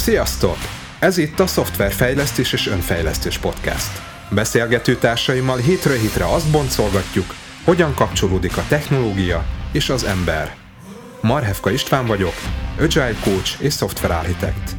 Sziasztok! Ez itt a Szoftverfejlesztés és Önfejlesztés Podcast. Beszélgető társaimmal hétről hétre azt boncolgatjuk, hogyan kapcsolódik a technológia és az ember. Marhevka István vagyok, Agile Coach és Software Architect.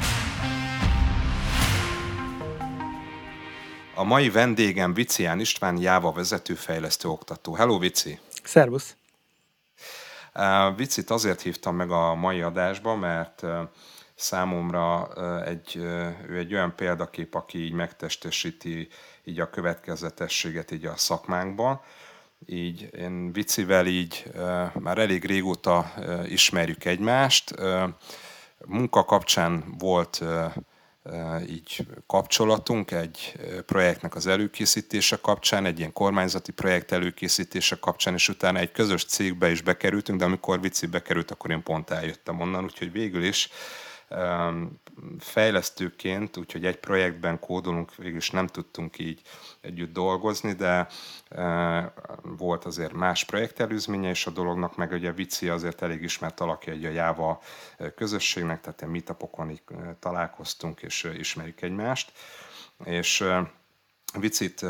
A mai vendégem Vicián István, Java vezetőfejlesztő oktató. Hello, Vici! Szervusz! Vicit azért hívtam meg a mai adásba, mert számomra ő egy olyan példakép, aki így megtestesíti így a következetességet így a szakmánkban. Így én Vicivel így már elég régóta ismerjük egymást. Munka kapcsán volt így kapcsolatunk egy projektnek az előkészítése kapcsán, egy ilyen kormányzati projekt előkészítése kapcsán, és utána egy közös cégbe is bekerültünk, de amikor Vici bekerült, akkor én pont eljöttem onnan, úgyhogy végül is fejlesztőként, úgyhogy egy projektben kódolunk, végül is nem tudtunk így együtt dolgozni, de volt azért más projektelőzménye is a dolognak, meg ugye Vici azért elég ismert alakja egy a Java közösségnek, tehát a meetupokon így találkoztunk és ismerjük egymást. És Vicit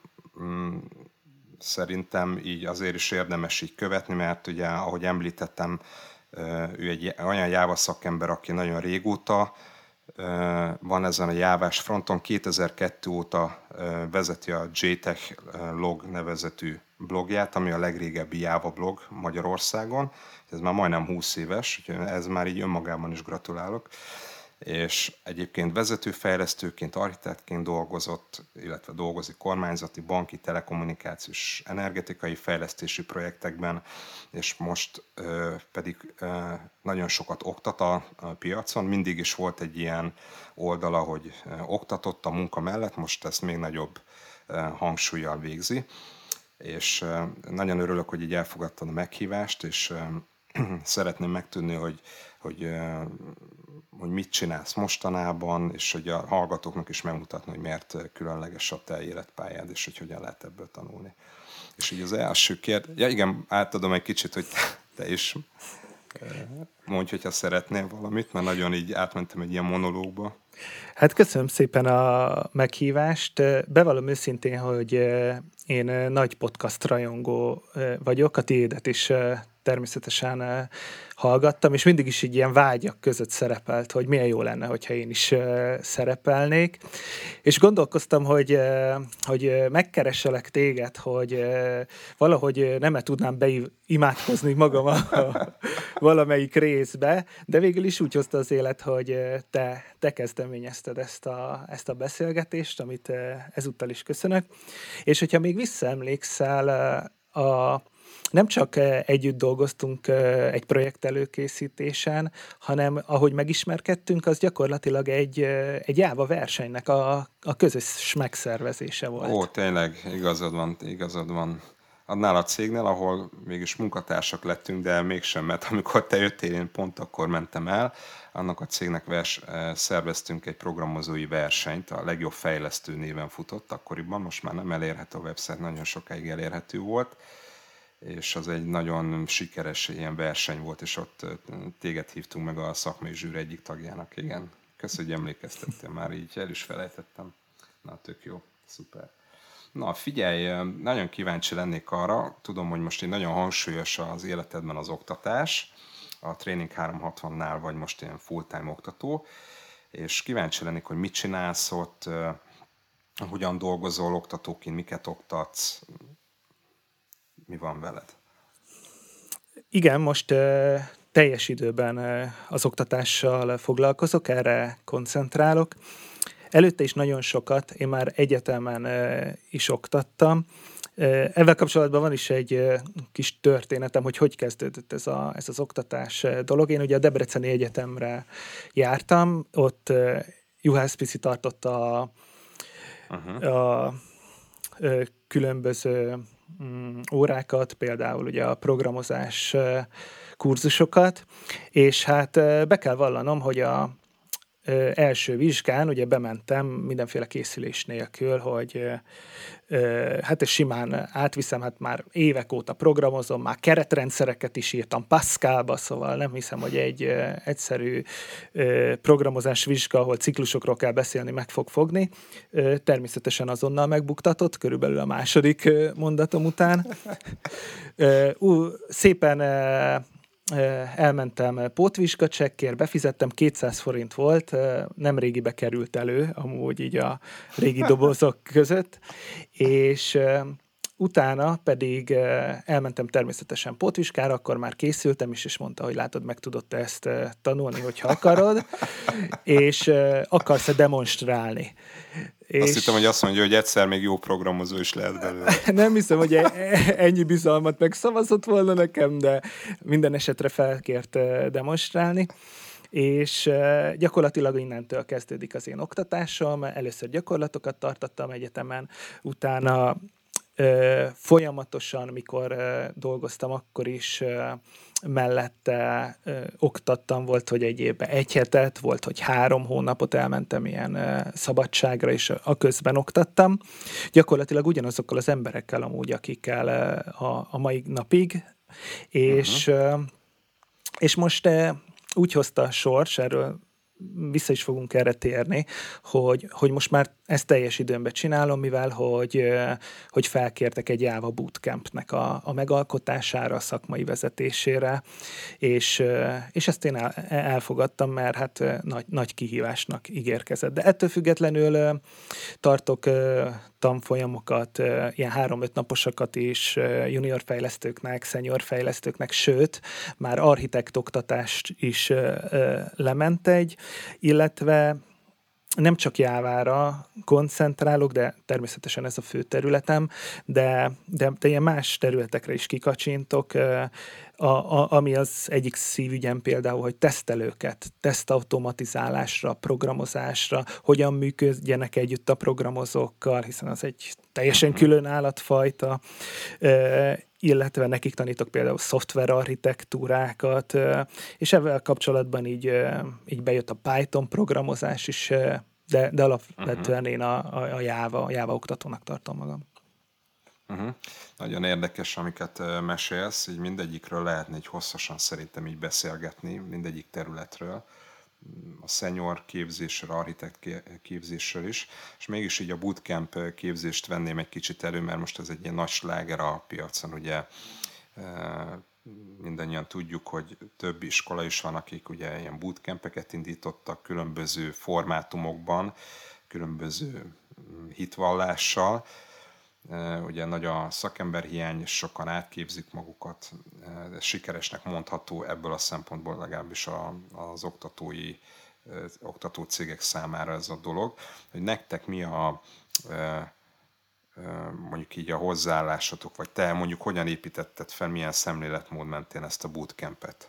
szerintem így azért is érdemes így követni, mert ugye, ahogy említettem, ő egy olyan Java szakember, aki nagyon régóta van ezen a jávás fronton. 2002 óta vezeti a JTech Log nevezetű blogját, ami a legrégebbi Java blog Magyarországon. Ez már majdnem 20 éves, úgyhogy ez már így önmagában is gratulálok. És egyébként vezetőfejlesztőként, architektként dolgozott, illetve dolgozik kormányzati, banki, telekommunikációs, energetikai fejlesztési projektekben, és most pedig nagyon sokat oktat a piacon. Mindig is volt egy ilyen oldala, hogy oktatott a munka mellett, most ezt még nagyobb hangsúllyal végzi. És nagyon örülök, hogy így elfogadtad a meghívást, és szeretném megtudni, hogy mit csinálsz mostanában, és hogy a hallgatóknak is megmutatni, hogy miért különleges a te életpályád, és hogy hogyan lehet ebből tanulni. És így az első kérdés, ja igen, átadom egy kicsit, hogy te is mondj, hogyha szeretnél valamit, mert nagyon így átmentem egy ilyen monológba. Hát köszönöm szépen a meghívást. Bevallom őszintén, hogy én nagy podcast rajongó vagyok, a tiédet is természetesen hallgattam, és mindig is így ilyen vágyak között szerepelt, hogy milyen jó lenne, hogyha én is szerepelnék. És gondolkoztam, hogy megkereselek téged, hogy valahogy nem tudnám beimádkozni magam a valamelyik részbe, de végül is úgy hozta az élet, hogy te kezdeményezted ezt a beszélgetést, amit ezúttal is köszönök. És hogyha még visszaemlékszel, nem csak együtt dolgoztunk egy projekt előkészítésen, hanem ahogy megismerkedtünk, az gyakorlatilag egy Java versenynek a közös megszervezése volt. Ó, tényleg, igazad van. Annál a cégnél, ahol mégis munkatársak lettünk, de mégsem, mert amikor te jöttél, én pont akkor mentem el, annak a cégnek szerveztünk egy programozói versenyt, a legjobb fejlesztő néven futott akkoriban, most már nem elérhető a website, nagyon sokáig elérhető volt, és az egy nagyon sikeres ilyen verseny volt, és ott téged hívtunk meg a szakmai zsűri egyik tagjának. Igen, köszönöm, hogy emlékeztettél, már így el is felejtettem. Na, tök jó, szuper. Na, figyelj, nagyon kíváncsi lennék arra, tudom, hogy most így nagyon hangsúlyos az életedben az oktatás, a Training 360-nál vagy most ilyen full-time oktató, és kíváncsi lennék, hogy mit csinálsz ott, hogyan dolgozol oktatóként, miket oktatsz, mi van veled? Igen, most teljes időben az oktatással foglalkozok, erre koncentrálok. Előtte is nagyon sokat, én már egyetemen is oktattam. Ezzel kapcsolatban van is egy kis történetem, hogy kezdődött ez az oktatás dolog. Én ugye a Debreceni Egyetemre jártam, ott Juhász Piszi tartotta a különböző órákat, például ugye a programozás kurzusokat, és hát be kell vallanom, hogy első vizsgán ugye bementem mindenféle készülés nélkül, hogy hát simán átviszem, hát már évek óta programozom, már keretrendszereket is írtam Pascalba, szóval nem hiszem, hogy egy egyszerű programozás vizsga, ahol ciklusokról kell beszélni, meg fog fogni. Természetesen azonnal megbuktatott, körülbelül a második mondatom után. Szépen elmentem pótvizsgacsekkért, befizettem, 200 forint volt, nem régibe került elő, amúgy így a régi dobozok között, és utána pedig elmentem természetesen pótvizsgára, akkor már készültem is, és mondta, hogy látod, meg tudod te ezt tanulni, hogyha akarod, és akarsz-e demonstrálni. Azt hittem, hogy azt mondja, hogy egyszer még jó programozó is lehet belőle. Nem hiszem, hogy ennyi bizalmat megszavazott volna nekem, de minden esetre felkért demonstrálni. És gyakorlatilag innentől kezdődik az én oktatásom. Először gyakorlatokat tartottam egyetemen, utána folyamatosan, mikor dolgoztam, akkor is mellette oktattam, volt, hogy egy évben 1 hetet, volt, hogy 3 hónapot elmentem ilyen szabadságra, és a közben oktattam. Gyakorlatilag ugyanazokkal az emberekkel amúgy, akikkel a mai napig, és most úgy hozta a sors, erről vissza is fogunk erre térni, hogy most már ezt teljes időmben csinálom, mivel hogy felkértek egy Java Bootcampnek a megalkotására, a szakmai vezetésére, és ezt én elfogadtam, mert hát nagy kihívásnak ígérkezett. De ettől függetlenül tartok tanfolyamokat, ilyen 3-5 naposakat is junior fejlesztőknek, senior fejlesztőknek, sőt, már architekt oktatást is lement egy, illetve nem csak Jávára koncentrálok, de természetesen ez a fő területem, de ilyen más területekre is kikacsintok, ami az egyik szívügyem például, hogy tesztelőket, tesztautomatizálásra, programozásra, hogyan működjenek együtt a programozókkal, hiszen az egy teljesen külön állatfajta, illetve nekik tanítok például szoftverarchitektúrákat, és ezzel kapcsolatban így bejött a Python programozás is, de alapvetően én a Java oktatónak tartom magam. Nagyon érdekes, amiket mesélsz, így mindegyikről lehetne így hosszasan szerintem így beszélgetni, mindegyik területről, a senior képzésről, architekt képzésről is, és mégis így a bootcamp képzést venném egy kicsit elő, mert most ez egy ilyen nagy sláger a piacon, ugye mindannyian tudjuk, hogy több iskola is van, akik ugye ilyen bootcampeket indítottak különböző formátumokban, különböző hitvallással. Ugye nagy a szakemberhiány, sokan átképzik magukat, sikeresnek mondható ebből a szempontból legalábbis az oktató cégek számára ez a dolog, hogy nektek mi a mondjuk így a hozzáállásatok, vagy te mondjuk hogyan építetted fel, milyen szemléletmód mentén ezt a bootcampet?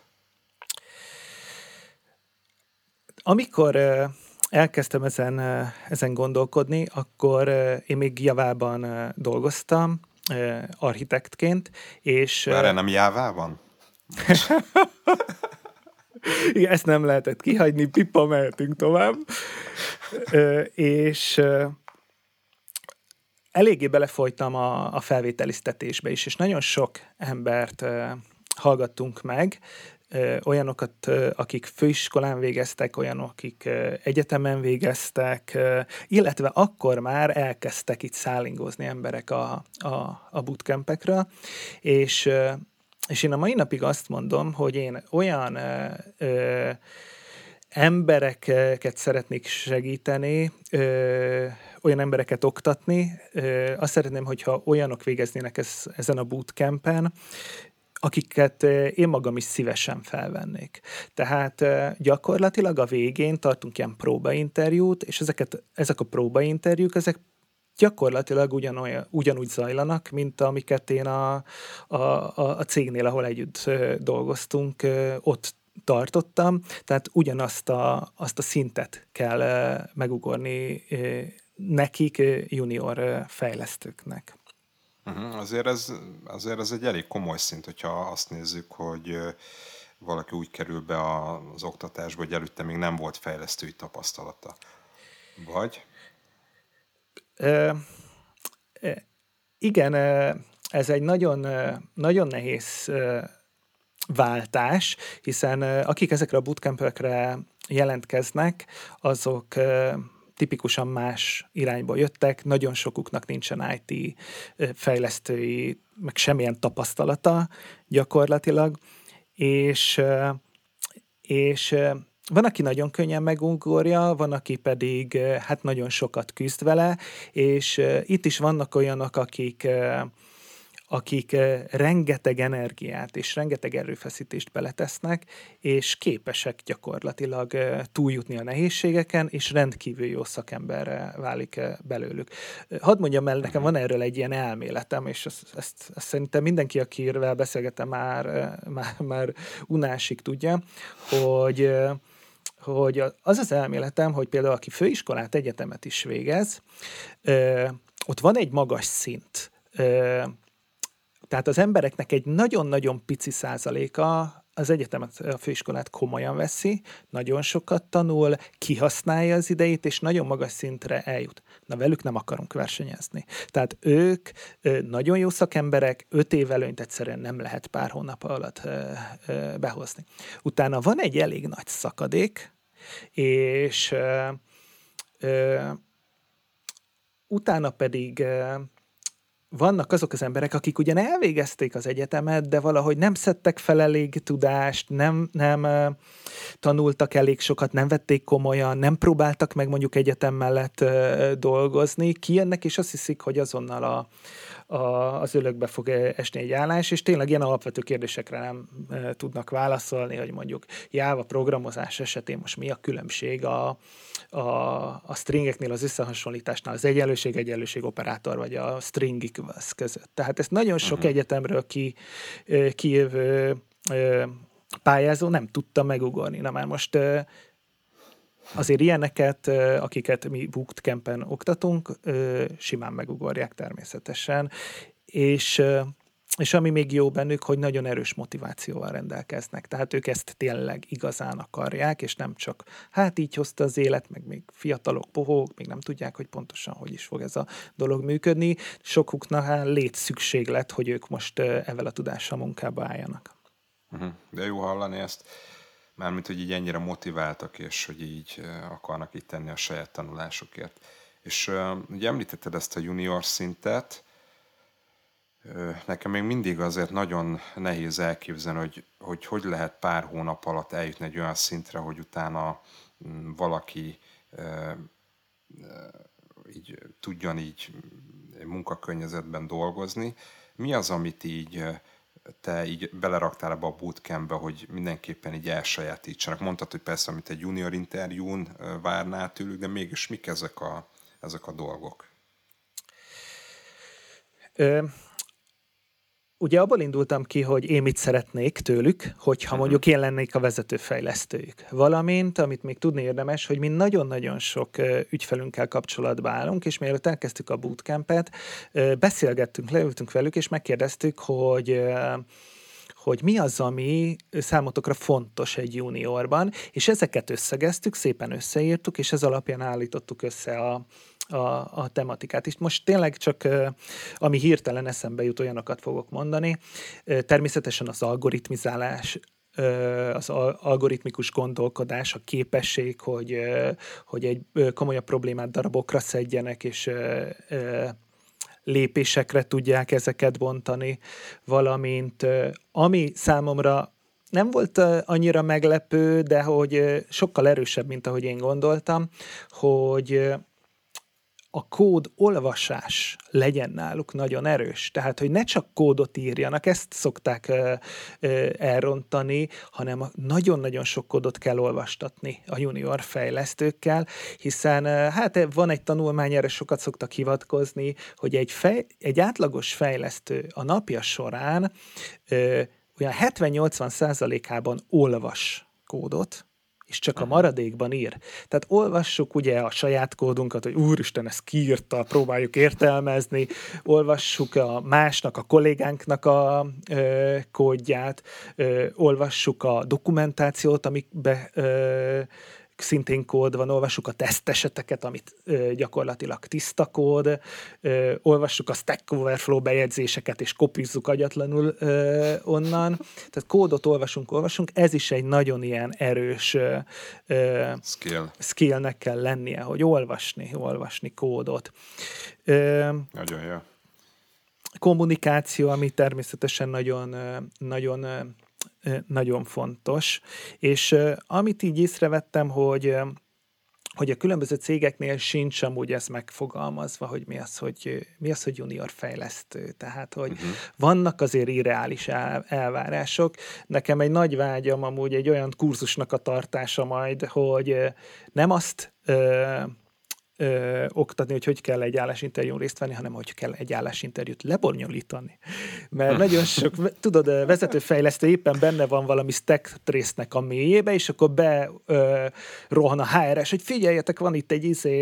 Amikor elkezdtem ezen gondolkodni, akkor én még Javában dolgoztam, architektként, és... Erre nem Jávában? Igen, ezt nem lehetett kihagyni, Pippa, mehetünk tovább. És eléggé belefolytam a felvételiztetésbe is, és nagyon sok embert hallgattunk meg, olyanokat, akik főiskolán végeztek, olyanok, akik egyetemen végeztek, illetve akkor már elkezdtek itt szállingozni emberek a bootcampekről, és én a mai napig azt mondom, hogy én olyan embereket szeretnék segíteni, olyan embereket oktatni, azt szeretném, hogyha olyanok végeznének ezen a bootcampen, akiket én magam is szívesen felvennék. Tehát gyakorlatilag a végén tartunk ilyen próbainterjút, és ezek a próbainterjúk, ezek gyakorlatilag ugyanúgy zajlanak, mint amiket én a cégnél, ahol együtt dolgoztunk, ott tartottam, tehát ugyanazt azt a szintet kell megugorni nekik, junior fejlesztőknek. Azért ez egy elég komoly szint, hogyha azt nézzük, hogy valaki úgy kerül be az oktatásba, hogy előtte még nem volt fejlesztői tapasztalata. Vagy? Igen, ez egy nagyon, nagyon nehéz váltás, hiszen akik ezekre a bootcampekre jelentkeznek, azok tipikusan más irányból jöttek, nagyon sokuknak nincsen IT fejlesztői, meg semmilyen tapasztalata gyakorlatilag, és van, aki nagyon könnyen megugorja, van, aki pedig hát nagyon sokat küzd vele, és itt is vannak olyanok, akik rengeteg energiát és rengeteg erőfeszítést beletesznek, és képesek gyakorlatilag túljutni a nehézségeken, és rendkívül jó szakemberre válik belőlük. Hadd mondjam el, nekem van erről egy ilyen elméletem, és ezt szerintem mindenki, akivel beszélgetem, már unásig tudja, hogy az az elméletem, hogy például aki főiskolát, egyetemet is végez, ott van egy magas szint. Tehát az embereknek egy nagyon-nagyon pici százaléka az egyetemet, a főiskolát komolyan veszi, nagyon sokat tanul, kihasználja az idejét, és nagyon magas szintre eljut. Na, velük nem akarunk versenyezni. Tehát ők nagyon jó szakemberek, 5 év előnyt egyszerűen nem lehet pár hónap alatt behozni. Utána van egy elég nagy szakadék, és utána pedig vannak azok az emberek, akik ugyan elvégezték az egyetemet, de valahogy nem szedtek fel elég tudást, nem tanultak elég sokat, nem vették komolyan, nem próbáltak meg mondjuk egyetem mellett dolgozni, kijönnek, és azt hiszik, hogy azonnal az ölökbe fog esni egy állás, és tényleg ilyen alapvető kérdésekre nem tudnak válaszolni, hogy mondjuk Java programozás esetén most mi a különbség a stringeknél, az összehasonlításnál, az egyenlőség operátor, vagy a string equals között. Tehát ezt nagyon sok egyetemről kijövő pályázó nem tudta megugorni. Na már most azért ilyeneket, akiket mi bootcampen oktatunk, simán megugorják természetesen, és ami még jó bennük, hogy nagyon erős motivációval rendelkeznek. Tehát ők ezt tényleg igazán akarják, és nem csak hát így hozta az élet, meg még fiatalok, pohók, még nem tudják, hogy pontosan hogy is fog ez a dolog működni. Sokuknak létszükséglet, hogy ők most ezzel a tudással munkába álljanak. De jó hallani ezt, mármint, hogy így ennyire motiváltak, és hogy így akarnak itt tenni a saját tanulásukért. És ugye említetted ezt a junior szintet, nekem még mindig azért nagyon nehéz elképzelni, hogy lehet pár hónap alatt eljutni egy olyan szintre, hogy utána valaki így tudjon így munkakörnyezetben dolgozni. Mi az, amit így te így beleraktál ebbe a bootcampbe, hogy mindenképpen így elsajátítsanak? Mondtad, hogy persze, amit egy junior interjún várnál tőlük, de mégis mik ezek a dolgok? Ugye abból indultam ki, hogy én mit szeretnék tőlük, hogyha mondjuk én lennék a vezetőfejlesztőjük. Valamint, amit még tudni érdemes, hogy mi nagyon-nagyon sok ügyfelünkkel kapcsolatba állunk, és mielőtt elkezdtük a bootcampet, beszélgettünk, leültünk velük, és megkérdeztük, hogy mi az, ami számotokra fontos egy juniorban, és ezeket összegeztük, szépen összeírtuk, és ez alapján állítottuk össze a tematikát is. Most tényleg csak, ami hirtelen eszembe jut, olyanokat fogok mondani. Természetesen az algoritmizálás, az algoritmikus gondolkodás, a képesség, hogy egy komolyabb problémát darabokra szedjenek, és lépésekre tudják ezeket bontani, valamint ami számomra nem volt annyira meglepő, de hogy sokkal erősebb, mint ahogy én gondoltam, hogy a kód olvasás legyen náluk nagyon erős. Tehát, hogy ne csak kódot írjanak, ezt szokták elrontani, hanem nagyon-nagyon sok kódot kell olvastatni a junior fejlesztőkkel, hiszen hát van egy tanulmány, erre sokat szoktak hivatkozni, hogy egy átlagos fejlesztő a napja során olyan 70-80%-ában olvas kódot, és csak a maradékban ír. Tehát olvassuk ugye a saját kódunkat, hogy úristen, ezt kiírta, próbáljuk értelmezni, olvassuk a másnak, a kollégánknak a kódját, olvassuk a dokumentációt, amikbe szintén kód van, olvassuk a teszteseteket, amit gyakorlatilag tiszta kód, olvassuk a Stack Overflow bejegyzéseket, és kopizzuk agyatlanul onnan. Tehát kódot olvasunk, ez is egy nagyon ilyen erős skillnek kell lennie, hogy olvasni kódot. Nagyon jó. Kommunikáció, ami természetesen nagyon fontos, és amit így észrevettem, hogy a különböző cégeknél sincs amúgy ez megfogalmazva, hogy mi az, hogy junior fejlesztő. Tehát, hogy vannak azért irreális elvárások. Nekem egy nagy vágyam amúgy egy olyan kurzusnak a tartása majd, hogy nem azt oktatni, hogy kell egy állásinterjún részt venni, hanem hogy kell egy állásinterjút lebonyolítani. Mert nagyon sok, tudod, vezetőfejlesztő éppen benne van valami stack trace-nek a mélyébe, és akkor rohan a HRS, hogy figyeljetek, van itt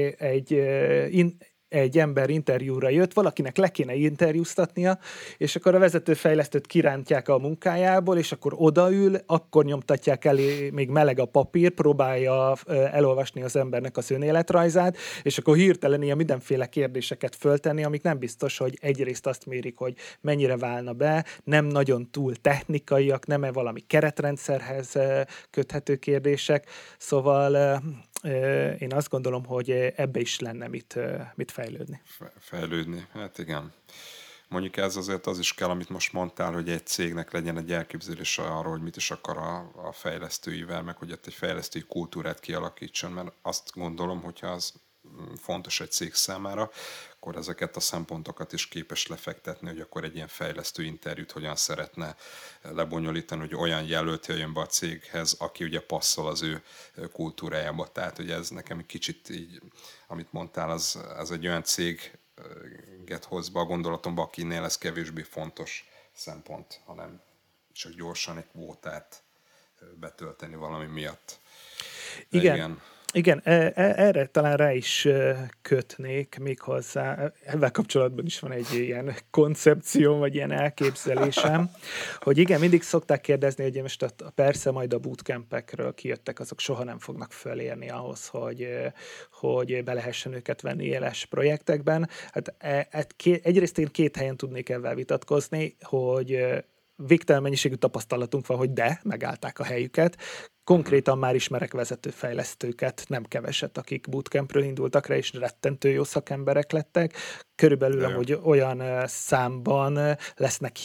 egy ember interjúra jött, valakinek le kéne interjúztatnia, és akkor a vezetőfejlesztőt kirántják a munkájából, és akkor odaül, akkor nyomtatják elé, még meleg a papír, próbálja elolvasni az embernek az önéletrajzát, és akkor hirtelen ilyen mindenféle kérdéseket föltenni, amik nem biztos, hogy egyrészt azt mérik, hogy mennyire válna be, nem nagyon túl technikaiak, nem valami keretrendszerhez köthető kérdések, szóval én azt gondolom, hogy ebbe is lenne mit fejlődni. Fejlődni, hát igen. Mondjuk ez azért az is kell, amit most mondtál, hogy egy cégnek legyen egy elképzelése arról, hogy mit is akar a fejlesztőivel, meg hogy ott egy fejlesztői kultúrát kialakítson, mert azt gondolom, hogyha az fontos egy cég számára, akkor ezeket a szempontokat is képes lefektetni, hogy akkor egy ilyen fejlesztő interjút hogyan szeretne lebonyolítani, hogy olyan jelölt jöjjön be a céghez, aki ugye passzol az ő kultúrájába. Tehát ugye ez nekem egy kicsit így, amit mondtál, az egy olyan céget hoz be a gondolatomba, akinél ez kevésbé fontos szempont, hanem csak gyorsan egy kvótát betölteni valami miatt. Igen, erre talán rá is kötnék méghozzá. Ezzel kapcsolatban is van egy ilyen koncepció, vagy ilyen elképzelésem, hogy igen, mindig szokták kérdezni, hogy most persze majd a bootcampekről kijöttek, azok soha nem fognak fölérni ahhoz, hogy be lehessen őket venni éles projektekben. Hát egyrészt én két helyen tudnék ezzel vitatkozni, hogy végtelen mennyiségű tapasztalatunk van, hogy megállták a helyüket. Konkrétan már ismerek vezetőfejlesztőket, nem keveset, akik bootcampről indultak rá, és rettentő jó szakemberek lettek. Körülbelül amúgy olyan számban lesznek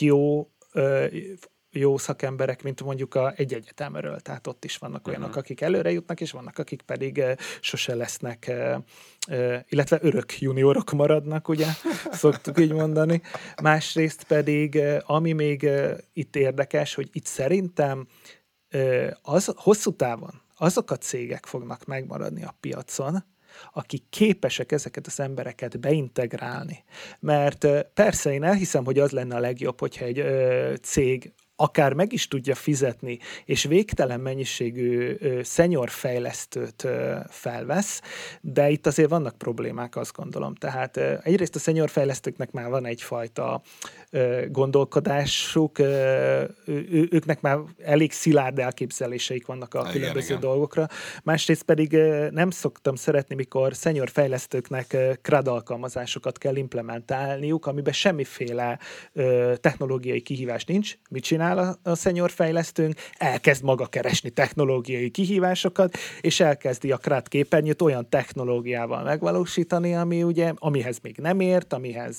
jó szakemberek, mint mondjuk egy egyetemről. Tehát ott is vannak olyanok, akik előre jutnak, és vannak, akik pedig sose lesznek, illetve örök juniorok maradnak, ugye, szoktuk így mondani. Másrészt pedig, ami még itt érdekes, hogy itt szerintem hosszú távon azok a cégek fognak megmaradni a piacon, akik képesek ezeket az embereket beintegrálni. Mert persze én elhiszem, hogy az lenne a legjobb, hogyha egy cég akár meg is tudja fizetni, és végtelen mennyiségű senior fejlesztőt felvesz, de itt azért vannak problémák, azt gondolom. Tehát egyrészt a senior fejlesztőknek már van egyfajta gondolkodásuk, őknek már elég szilárd elképzeléseik vannak a különböző dolgokra. Másrészt pedig nem szoktam szeretni, mikor senior fejlesztőknek CRUD alkalmazásokat kell implementálniuk, amiben semmiféle technológiai kihívás nincs. Mit csinál a senior fejlesztőnk? Elkezd maga keresni technológiai kihívásokat, és elkezdi a CRUD képernyőt olyan technológiával megvalósítani, amihez még nem ért,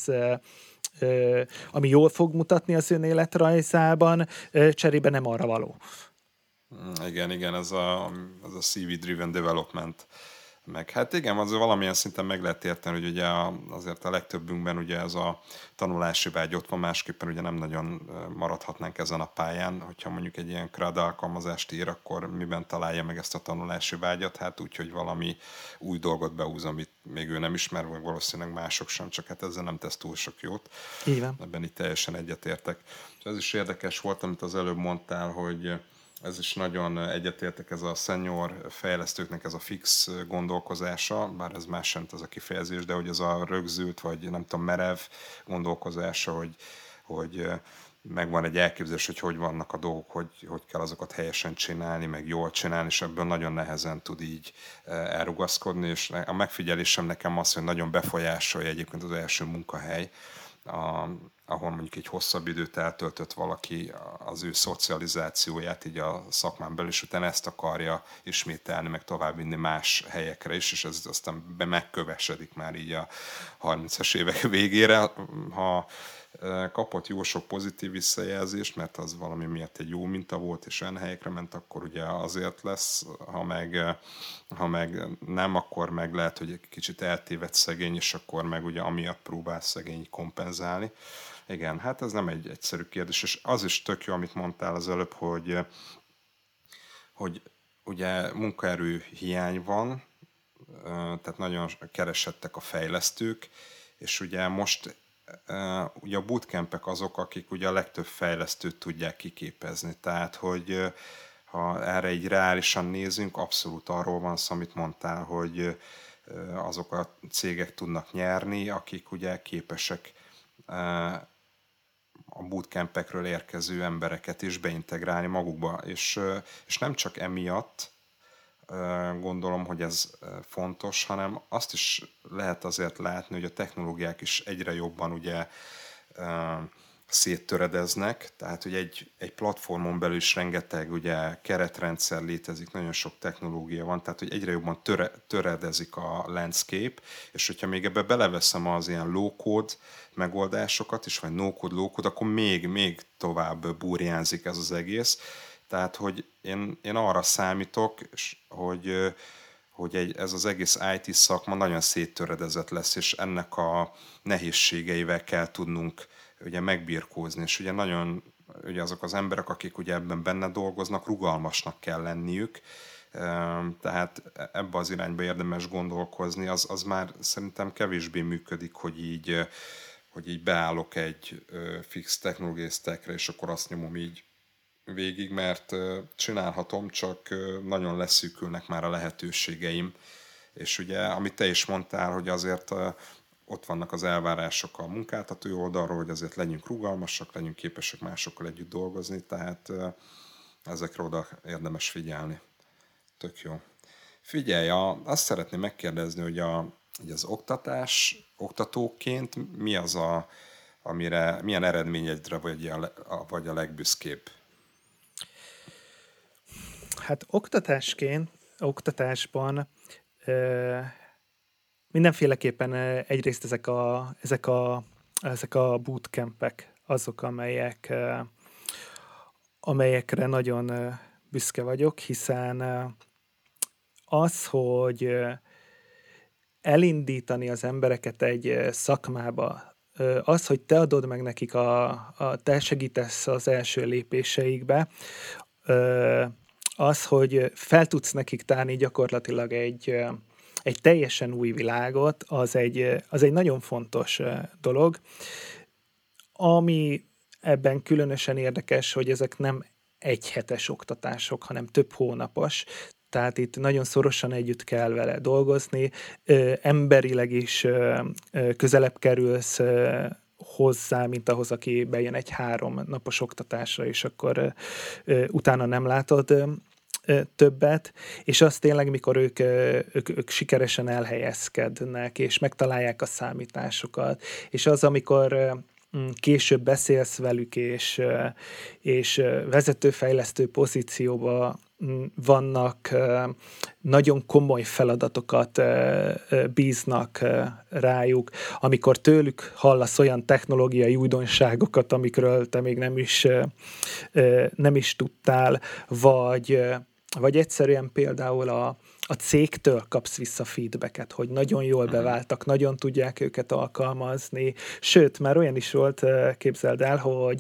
ami jól fog mutatni az önéletrajzában, cserébe nem arra való. Igen, ez a CV-driven development. Meg hát igen, az valamilyen szinten meg lehet érteni, hogy ugye azért a legtöbbünkben ugye ez a tanulási vágy ott van, másképpen ugye nem nagyon maradhatnánk ezen a pályán, hogyha mondjuk egy ilyen CRUD alkalmazást ír, akkor miben találja meg ezt a tanulási vágyat? Hát úgy, hogy valami új dolgot behúz, amit még ő nem ismer, vagy valószínűleg mások sem, csak hát ezzel nem tesz túl sok jót. Igen. Ebben itt teljesen egyetértek. Ez is érdekes volt, amit az előbb mondtál, hogy Ez is nagyon egyetértek, ez a senior fejlesztőknek ez a fix gondolkozása, bár ez más sem ez a kifejezés, de hogy ez a rögzült, vagy nem tudom, merev gondolkozása, hogy megvan egy elképzelés, hogy vannak a dolgok, hogy kell azokat helyesen csinálni, meg jól csinálni, és ebből nagyon nehezen tud így elrugaszkodni, és a megfigyelésem nekem az, hogy nagyon befolyásolja egyébként az első munkahely, ahol mondjuk egy hosszabb időt eltöltött valaki az ő szocializációját így a szakmán belül, és utána ezt akarja ismételni, meg továbbvinni más helyekre is, és ez aztán megkövesedik már így a 30-as évek végére. Ha kapott jó sok pozitív visszajelzést, mert az valami miatt egy jó minta volt, és olyan helyekre ment, akkor ugye azért lesz, ha meg nem, akkor meg lehet, hogy egy kicsit eltévedt szegény, és akkor meg ugye amiatt próbál szegény kompenzálni. Igen, hát ez nem egy egyszerű kérdés, és az is tök jó, amit mondtál az előbb, hogy ugye munkaerő hiány van, tehát nagyon keresettek a fejlesztők, és ugye most ugye a bootcampek azok, akik ugye a legtöbb fejlesztőt tudják kiképezni, tehát hogy ha erre így reálisan nézünk, abszolút arról van szó, amit mondtál, hogy azok a cégek tudnak nyerni, akik ugye képesek a bootcampekről érkező embereket is beintegrálni magukba, és nem csak emiatt gondolom, hogy ez fontos, hanem azt is lehet azért látni, hogy a technológiák is egyre jobban ugye széttöredeznek, tehát hogy egy platformon belül is rengeteg ugye keretrendszer létezik, nagyon sok technológia van, tehát hogy egyre jobban töredezik a landscape, és hogyha még ebbe beleveszem az ilyen low-code megoldásokat is, vagy no-code, low-code, akkor még tovább burjánzik ez az egész. Tehát, hogy én arra számítok, hogy ez az egész IT szakma nagyon széttöredezett lesz, és ennek a nehézségeivel kell tudnunk ugye megbirkózni, és ugye nagyon ugye azok az emberek, akik ugye ebben benne dolgoznak, rugalmasnak kell lenniük, tehát ebbe az irányba érdemes gondolkozni, az már szerintem kevésbé működik, hogy így beállok egy fix technológiai stackre, és akkor azt nyomom így végig, mert csinálhatom, csak nagyon leszűkülnek már a lehetőségeim. És ugye, amit te is mondtál, hogy azért ott vannak az elvárások a munkáltatói oldalról, hogy azért legyünk rugalmasak, legyünk képesek másokkal együtt dolgozni, tehát ezekre oda érdemes figyelni. Tök jó. Figyelj, azt szeretném megkérdezni, hogy az oktatóként mi az milyen eredményedre vagy a legbüszkébb? Hát oktatásban mindenféleképpen egyrészt ezek a bootcampek azok, amelyekre nagyon büszke vagyok, hiszen az, hogy elindítani az embereket egy szakmába, az, hogy te adod meg nekik te segítesz az első lépéseikbe, az, hogy fel tudsz nekik tárni gyakorlatilag egy teljesen új világot, az egy nagyon fontos dolog. Ami ebben különösen érdekes, hogy ezek nem egyhetes oktatások, hanem több hónapos, tehát itt nagyon szorosan együtt kell vele dolgozni, emberileg is közelebb kerülsz hozzá, mint ahhoz, aki bejön egy 3 napos oktatásra, és akkor utána nem látod többet, és az tényleg, mikor ők sikeresen elhelyezkednek, és megtalálják a számításokat, és az, amikor később beszélsz velük, és vezetőfejlesztő pozícióba vannak, nagyon komoly feladatokat bíznak rájuk, amikor tőlük hallasz olyan technológiai újdonságokat, amikről te még nem is tudtál, vagy egyszerűen például a cégtől kapsz vissza feedbacket, hogy nagyon jól beváltak, nagyon tudják őket alkalmazni. Sőt, már olyan is volt, képzeld el,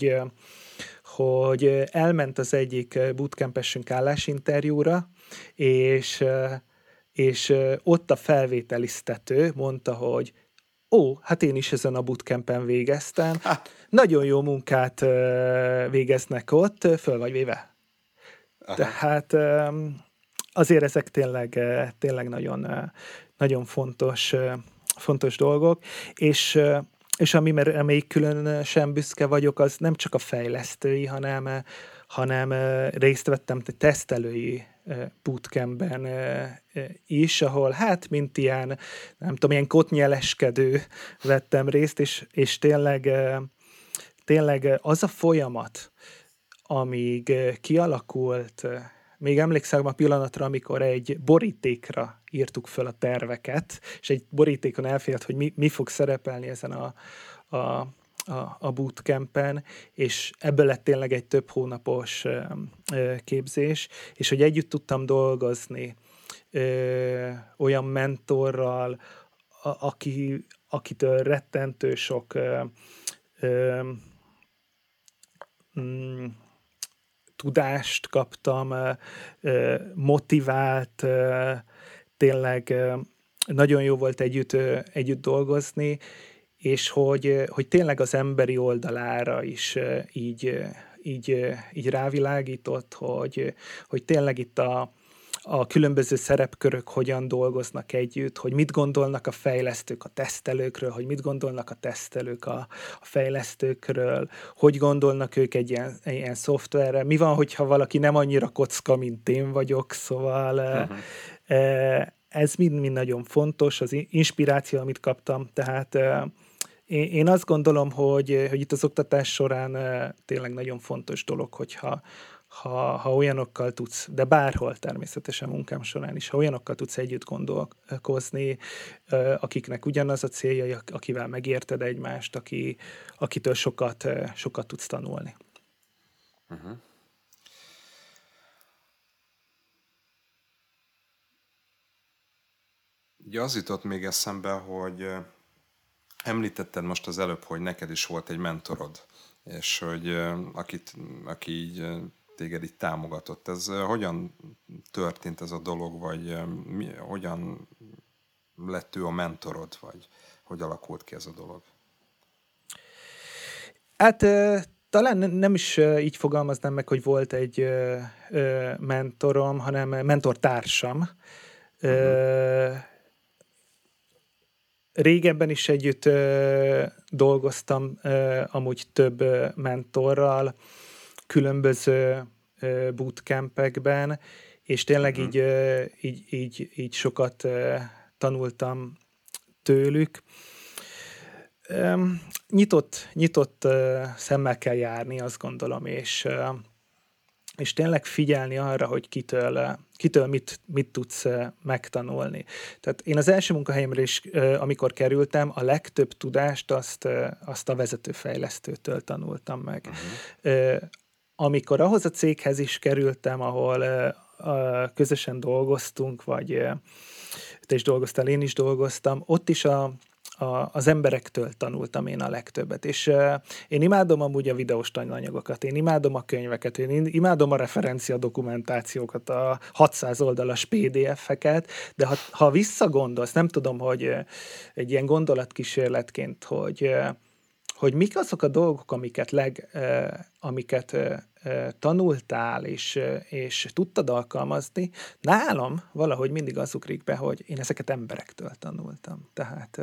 hogy elment az egyik bootcampesünk állásinterjúra, és ott a felvételiztető mondta, hogy hát én is ezen a bootcampen végeztem. Nagyon jó munkát végeznek ott, föl vagy véve. Aha. Tehát azért ezek tényleg nagyon, nagyon fontos dolgok, és amelyik különösen büszke vagyok, az nem csak a fejlesztői, hanem részt vettem tesztelői bootcampben is, ahol hát mint ilyen, nem tudom, ilyen kotnyeleskedő vettem részt, és tényleg az a folyamat, amíg kialakult, még emlékszem a pillanatra, amikor egy borítékra írtuk föl a terveket, és egy borítékon elfélt, hogy mi fog szerepelni ezen a bootcampen, és ebből lett tényleg egy több hónapos képzés, és hogy együtt tudtam dolgozni olyan mentorral, akitől rettentő sok tudást kaptam, motivált, tényleg nagyon jó volt együtt dolgozni, és hogy tényleg az emberi oldalára is így rávilágított, hogy tényleg itt a különböző szerepkörök hogyan dolgoznak együtt, hogy mit gondolnak a fejlesztők a tesztelőkről, hogy mit gondolnak a tesztelők a fejlesztőkről, hogy gondolnak ők egy ilyen szoftverre, mi van, hogyha valaki nem annyira kocka, mint én vagyok, szóval ez mind nagyon fontos, az inspiráció, amit kaptam, tehát én azt gondolom, hogy itt az oktatás során tényleg nagyon fontos dolog, hogyha olyanokkal tudsz, de bárhol természetesen munkám során is, ha olyanokkal tudsz együtt gondolkozni, akiknek ugyanaz a célja, akivel megérted egymást, akitől sokat tudsz tanulni. Uh-huh. Ugye az jutott még eszembe, hogy említetted most az előbb, hogy neked is volt egy mentorod, és hogy aki így téged így támogatott. Ez hogyan történt ez a dolog, vagy hogyan lett ő a mentorod, vagy hogy alakult ki ez a dolog? Hát talán nem is így fogalmaznám meg, hogy volt egy mentorom, hanem mentortársam. Régebben is együtt dolgoztam amúgy több mentorral, különböző bootcampekben, és tényleg így sokat tanultam tőlük. Nyitott szemmel kell járni, azt gondolom, és tényleg figyelni arra, hogy kitől mit tudsz megtanulni. Tehát én az első munkahelyemre is, amikor kerültem, a legtöbb tudást azt a vezetőfejlesztőtől tanultam meg. Amikor ahhoz a céghez is kerültem, ahol közösen dolgoztunk, vagy te is dolgoztál, én is dolgoztam, ott is az emberektől tanultam én a legtöbbet. És én imádom amúgy a videós tananyagokat, én imádom a könyveket, én imádom a referencia dokumentációkat, a 600 oldalas PDF-eket, de ha visszagondolsz, nem tudom, hogy egy ilyen gondolatkísérletként, hogy mik azok a dolgok, amiket tanultál, és tudtad alkalmazni, nálam valahogy mindig az ugrik be, hogy én ezeket emberektől tanultam. Tehát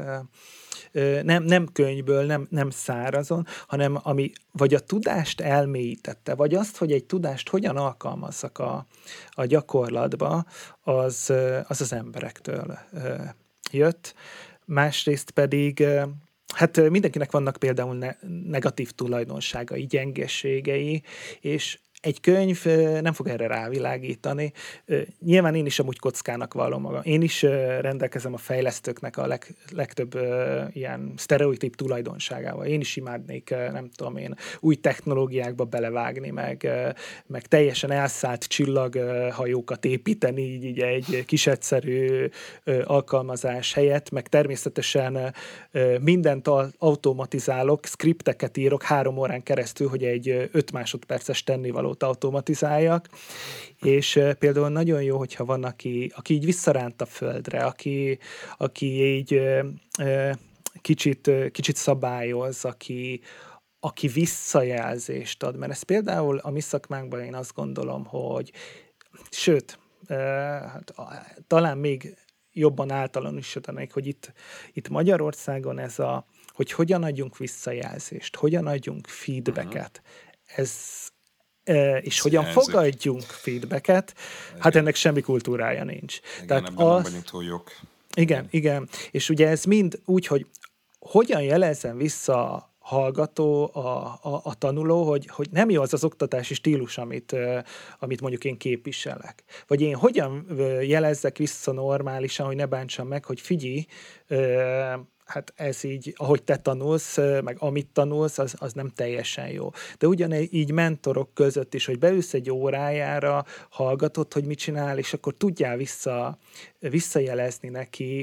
nem könyvből, nem szárazon, hanem vagy a tudást elmélyítette, vagy azt, hogy egy tudást hogyan alkalmazzak a gyakorlatba, az emberektől jött. Másrészt pedig hát mindenkinek vannak például negatív tulajdonságai, gyengeségei, és egy könyv nem fog erre rávilágítani. Nyilván én is amúgy kockának vallom magam. Én is rendelkezem a fejlesztőknek a legtöbb ilyen sztereotíp tulajdonságával. Én is imádnék, nem tudom én, új technológiákba belevágni, meg teljesen elszállt csillaghajókat építeni, így egy kis egyszerű alkalmazás helyett, meg természetesen mindent automatizálok, skripteket írok 3 órán keresztül, hogy egy 5 másodperces tennivalót automatizáljak, és például nagyon jó, hogyha van, aki így visszaránt a földre, aki így kicsit szabályoz, aki visszajelzést ad, mert ez például a mi szakmánkban én azt gondolom, hogy sőt, hát, talán még jobban általánosítanék, hogy itt Magyarországon ez hogy hogyan adjunk visszajelzést, hogyan adjunk feedbacket, ez, és hogyan fogadjunk feedbacket, hát ennek semmi kultúrája nincs. Igen, tehát ebben nem vagyunk túl jók. Igen. És ugye ez mind úgy, hogy hogyan jelezzen vissza a hallgató, a tanuló, hogy nem jó az oktatási stílus, amit mondjuk én képviselek. Vagy én hogyan jelezzek vissza normálisan, hogy ne bántsam meg, hogy figyelj, hát ez így, ahogy te tanulsz, meg amit tanulsz, az nem teljesen jó. De ugyanígy mentorok között is, hogy beülsz egy órájára, hallgatod, hogy mit csinál, és akkor tudjál visszajelezni neki,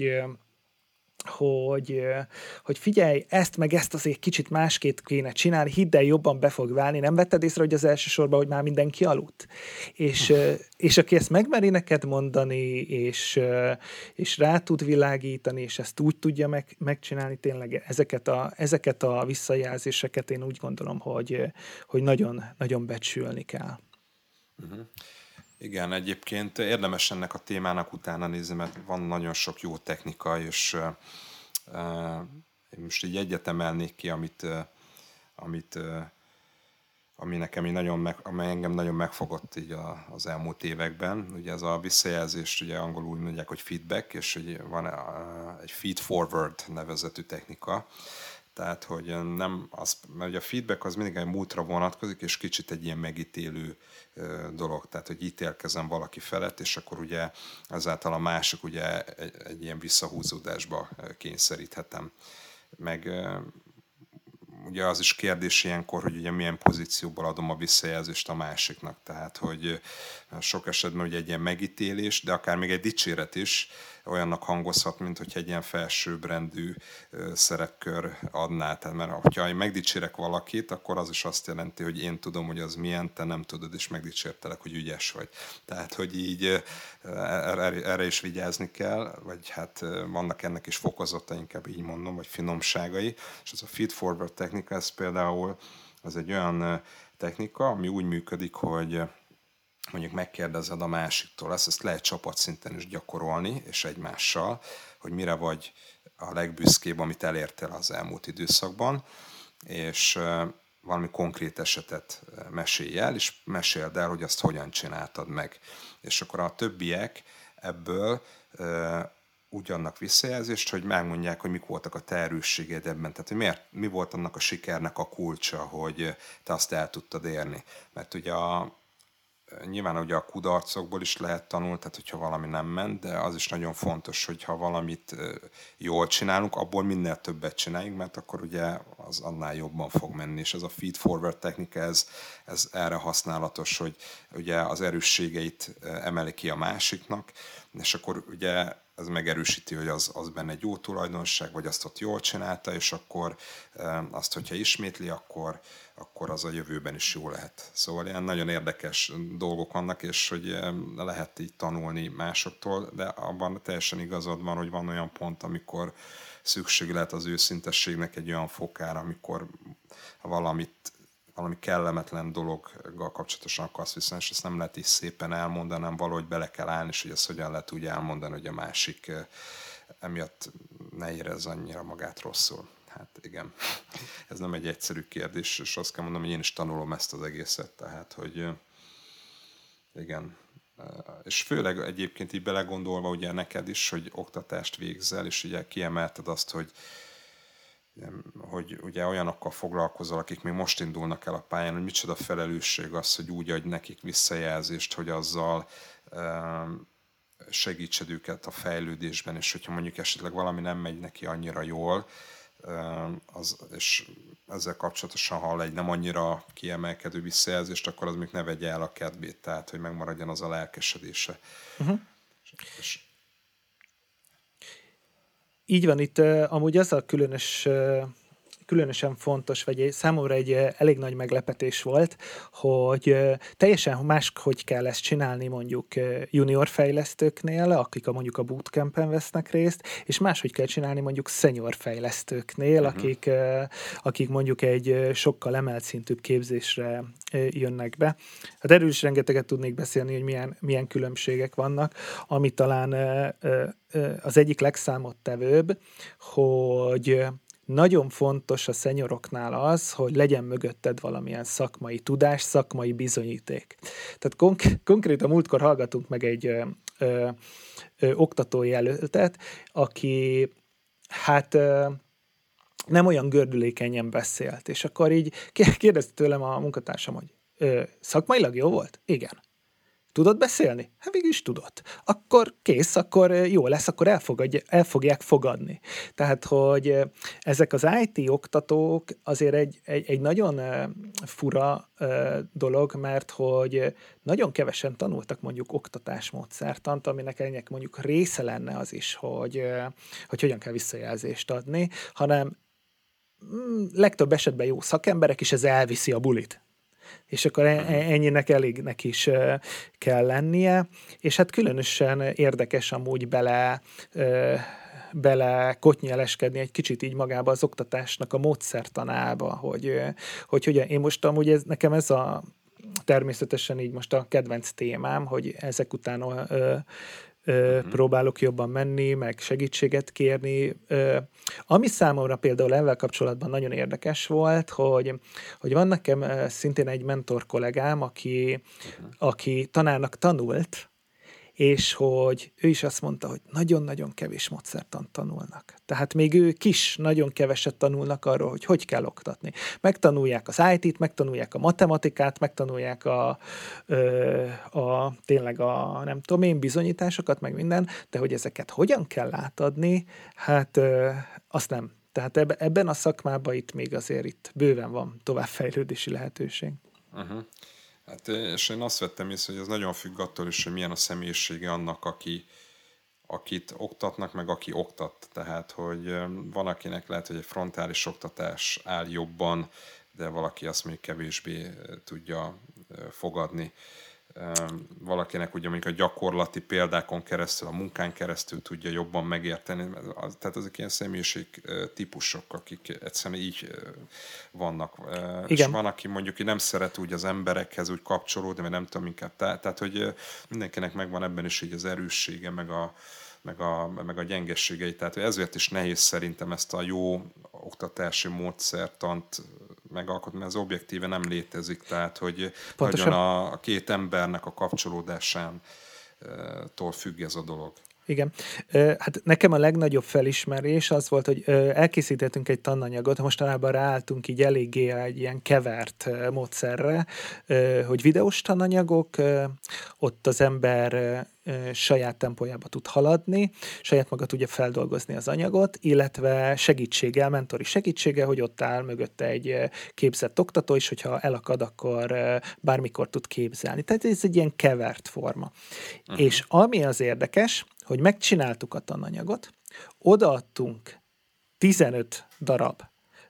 hogy figyelj, ezt meg ezt azért kicsit másképp kéne csinálni, hidd el, jobban be fog válni, nem vetted észre, hogy az első sorban, hogy már mindenki aludt. És aki ezt megmeri neked mondani, és rá tud világítani, és ezt úgy tudja megcsinálni, tényleg ezeket a visszajelzéseket én úgy gondolom, hogy nagyon, nagyon becsülni kell. Igen, egyébként érdemes ennek a témának utána nézni, mert van nagyon sok jó technika, és én most így egyet emelnék ki, ami nekem így amely engem nagyon megfogott így az elmúlt években. Ugye ez a visszajelzést ugye angolul mondják, hogy feedback, és ugye van egy feed forward nevezetű technika. Tehát, hogy mert a feedback az mindig egy múltra vonatkozik, és kicsit egy ilyen megítélő dolog. Tehát, hogy ítélkezem valaki felett, és akkor ugye ezáltal a másik ugye egy ilyen visszahúzódásba kényszeríthetem. Meg ugye az is kérdés ilyenkor, hogy ugye milyen pozícióból adom a visszajelzést a másiknak. Tehát, hogy sok esetben ugye egy ilyen megítélés, de akár még egy dicséret is olyannak hangozhat, mint hogy egy ilyen felsőbbrendű szerepkör adná. Tehát, mert ha én megdicsérek valakit, akkor az is azt jelenti, hogy én tudom, hogy az milyen, te nem tudod, és megdicsértelek, hogy ügyes vagy. Tehát, hogy így erre is vigyázni kell, vagy hát vannak ennek is fokozata, inkább így mondom, vagy finomságai. És ez a feed-forward technika, ez például az egy olyan technika, ami úgy működik, hogy mondjuk megkérdezed a másiktól, ezt lehet csapatszinten is gyakorolni, és egymással, hogy mire vagy a legbüszkébb, amit elértél az elmúlt időszakban, és valami konkrét esetet mesélj el, és meséld el, hogy azt hogyan csináltad meg. És akkor a többiek ebből úgy adnak visszajelzést, hogy megmondják, hogy mik voltak a te erősséged ebben. Tehát, hogy mi volt annak a sikernek a kulcsa, hogy te azt el tudtad érni. Mert ugye nyilván ugye a kudarcokból is lehet tanulni, tehát hogyha valami nem ment, de az is nagyon fontos, hogyha valamit jól csinálunk, abból minél többet csináljunk, mert akkor ugye az annál jobban fog menni. És ez a feed-forward technika, ez erre használatos, hogy ugye az erősségeit emeli ki a másiknak, és akkor ugye ez megerősíti, hogy az benne egy jó tulajdonság, vagy azt ott jól csinálta, és akkor azt, hogyha ismétli, akkor az a jövőben is jó lehet. Szóval ilyen nagyon érdekes dolgok vannak, és hogy lehet így tanulni másoktól, de abban teljesen igazad van, hogy van olyan pont, amikor szükség lehet az őszintességnek egy olyan fokára, amikor valami kellemetlen dologgal kapcsolatosan akarsz viszont, és ezt nem lehet is szépen elmondani, hanem valahogy bele kell állni, és hogy ezt hogyan lehet úgy elmondani, hogy a másik emiatt ne érezze annyira magát rosszul. Hát igen, ez nem egy egyszerű kérdés, és azt kell mondanom, hogy én is tanulom ezt az egészet, tehát, hogy igen. És főleg egyébként így belegondolva ugye neked is, hogy oktatást végzel, és ugye kiemelted azt, hogy ugye olyanokkal foglalkozol, akik még most indulnak el a pályán, hogy micsoda felelősség az, hogy úgy adj nekik visszajelzést, hogy azzal segítsed őket a fejlődésben, és hogyha mondjuk esetleg valami nem megy neki annyira jól, és ezzel kapcsolatosan hall egy nem annyira kiemelkedő visszajelzést, akkor az még ne vegye el a kedvét, tehát hogy megmaradjon az a lelkesedése. És így van, itt amúgy az a különösen fontos, vagy számomra egy elég nagy meglepetés volt, hogy teljesen máshogy kell ezt csinálni mondjuk junior fejlesztőknél, akik mondjuk a bootcampen vesznek részt, és máshogy kell csinálni mondjuk senior fejlesztőknél, akik mondjuk egy sokkal emelt szintűbb képzésre jönnek be. Hát erről is rengeteget tudnék beszélni, hogy milyen különbségek vannak, ami talán az egyik legszámottevőbb, hogy nagyon fontos a szenyoroknál az, hogy legyen mögötted valamilyen szakmai tudás, szakmai bizonyíték. Tehát konkrétan múltkor hallgatunk meg egy oktatójelöltet, aki nem olyan gördülékenyen beszélt, és akkor így kérdezte tőlem a munkatársam, hogy szakmailag jó volt? Igen. Tudod beszélni? Hát végül is tudott. Akkor kész, akkor jó lesz, akkor el fogják fogadni. Tehát, hogy ezek az IT oktatók azért egy nagyon fura dolog, mert hogy nagyon kevesen tanultak mondjuk oktatásmódszertant, aminek ennek mondjuk része lenne az is, hogy hogyan kell visszajelzést adni, hanem legtöbb esetben jó szakemberek, és ez elviszi a bulit. És akkor ennyinek elégnek is kell lennie, és hát különösen érdekes amúgy bele kotnyeleskedni egy kicsit így magába az oktatásnak a módszertanába, hogy hogyan. Én most amúgy nekem ez a természetesen így most a kedvenc témám, hogy ezek után próbálok jobban menni, meg segítséget kérni. Ami számomra például ezzel kapcsolatban nagyon érdekes volt, hogy van nekem szintén egy mentor kollégám, aki tanárnak tanult, és hogy ő is azt mondta, hogy nagyon-nagyon kevés módszertant tanulnak. Tehát még ők is nagyon keveset tanulnak arról, hogy kell oktatni. Megtanulják az IT-t, megtanulják a matematikát, megtanulják tényleg a nem tudom én, bizonyításokat, meg minden, de hogy ezeket hogyan kell átadni, hát azt nem. Tehát ebben a szakmában itt még azért itt bőven van továbbfejlődési lehetőség. Uh-huh. Hát, és én azt vettem észre, hogy ez nagyon függ attól is, hogy milyen a személyisége annak, akit oktatnak, meg aki oktat. Tehát, hogy van, akinek lehet, hogy egy frontális oktatás áll jobban, de valaki azt még kevésbé tudja fogadni. Valakinek ugye mondjuk a gyakorlati példákon keresztül, a munkán keresztül tudja jobban megérteni. Tehát azok ilyen személyiség típusok, akik egyszerűen így vannak. És van, aki mondjuk nem szeret úgy az emberekhez úgy kapcsolódni, mert nem tudom inkább. Tehát, hogy mindenkinek megvan ebben is így az erőssége, meg a gyengességei. Tehát ezért is nehéz szerintem ezt a jó oktatási módszertant megalkotni, mert az objektíve nem létezik. Tehát, hogy pontosan nagyon a két embernek a kapcsolódásától függ ez a dolog. Igen. Hát nekem a legnagyobb felismerés az volt, hogy elkészítettünk egy tananyagot, mostanában ráálltunk így eléggé egy ilyen kevert módszerre, hogy videós tananyagok, ott az ember saját tempójába tud haladni, saját maga tudja feldolgozni az anyagot, illetve segítséggel, mentori segítséggel, hogy ott áll mögötte egy képzett oktató, és hogyha elakad, akkor bármikor tud képzelni. Tehát ez egy ilyen kevert forma. Uh-huh. És ami az érdekes, hogy megcsináltuk a tananyagot, odaadtunk 15 darab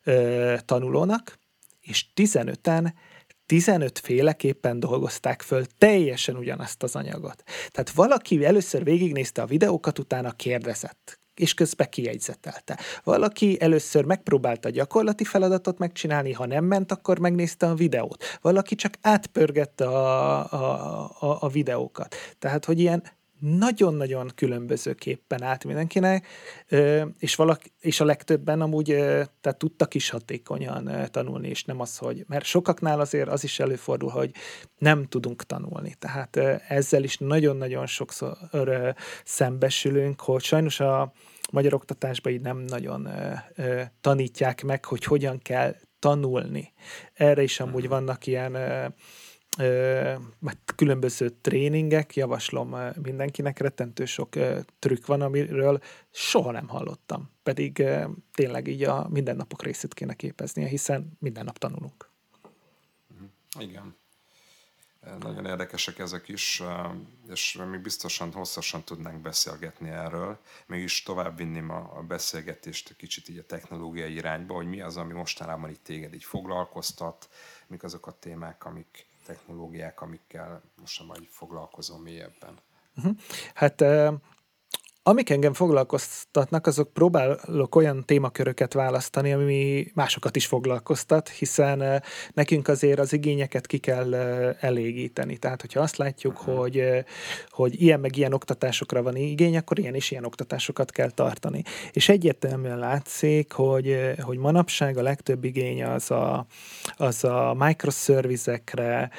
tanulónak, és 15-en 15 féleképpen dolgozták föl teljesen ugyanazt az anyagot. Tehát valaki először végignézte a videókat, utána kérdezett, és közben kijegyzetelte. Valaki először megpróbálta a gyakorlati feladatot megcsinálni, ha nem ment, akkor megnézte a videót. Valaki csak átpörgette a videókat. Tehát, hogy ilyen nagyon-nagyon különbözőképpen állt mindenkinek, és a legtöbben amúgy tehát tudtak is hatékonyan tanulni, és nem az, hogy, mert sokaknál azért az is előfordul, hogy nem tudunk tanulni. Tehát ezzel is nagyon-nagyon sokszor szembesülünk, hogy sajnos a magyar oktatásban így nem nagyon tanítják meg, hogy hogyan kell tanulni. Erre is amúgy vannak ilyen különböző tréningek, javaslom mindenkinek, rettentő sok trükk van, amiről soha nem hallottam. Pedig tényleg így a mindennapok részét kéne képeznie, hiszen minden nap tanulunk. Igen. Nagyon érdekesek ezek is, és még biztosan hosszasan tudnánk beszélgetni erről. Mégis tovább vinném a beszélgetést kicsit így a technológiai irányba, hogy mi az, ami mostanában így téged így foglalkoztat, mik azok a témák, technológiák, amikkel most már foglalkozom mélyebben. Hát amik engem foglalkoztatnak, azok próbálok olyan témaköröket választani, ami másokat is foglalkoztat, hiszen nekünk azért az igényeket ki kell elégíteni. Tehát, hogyha azt látjuk, hogy ilyen meg ilyen oktatásokra van igény, akkor ilyen is ilyen oktatásokat kell tartani. És egyértelműen látszik, hogy manapság a legtöbb igény az a microservice-ekre,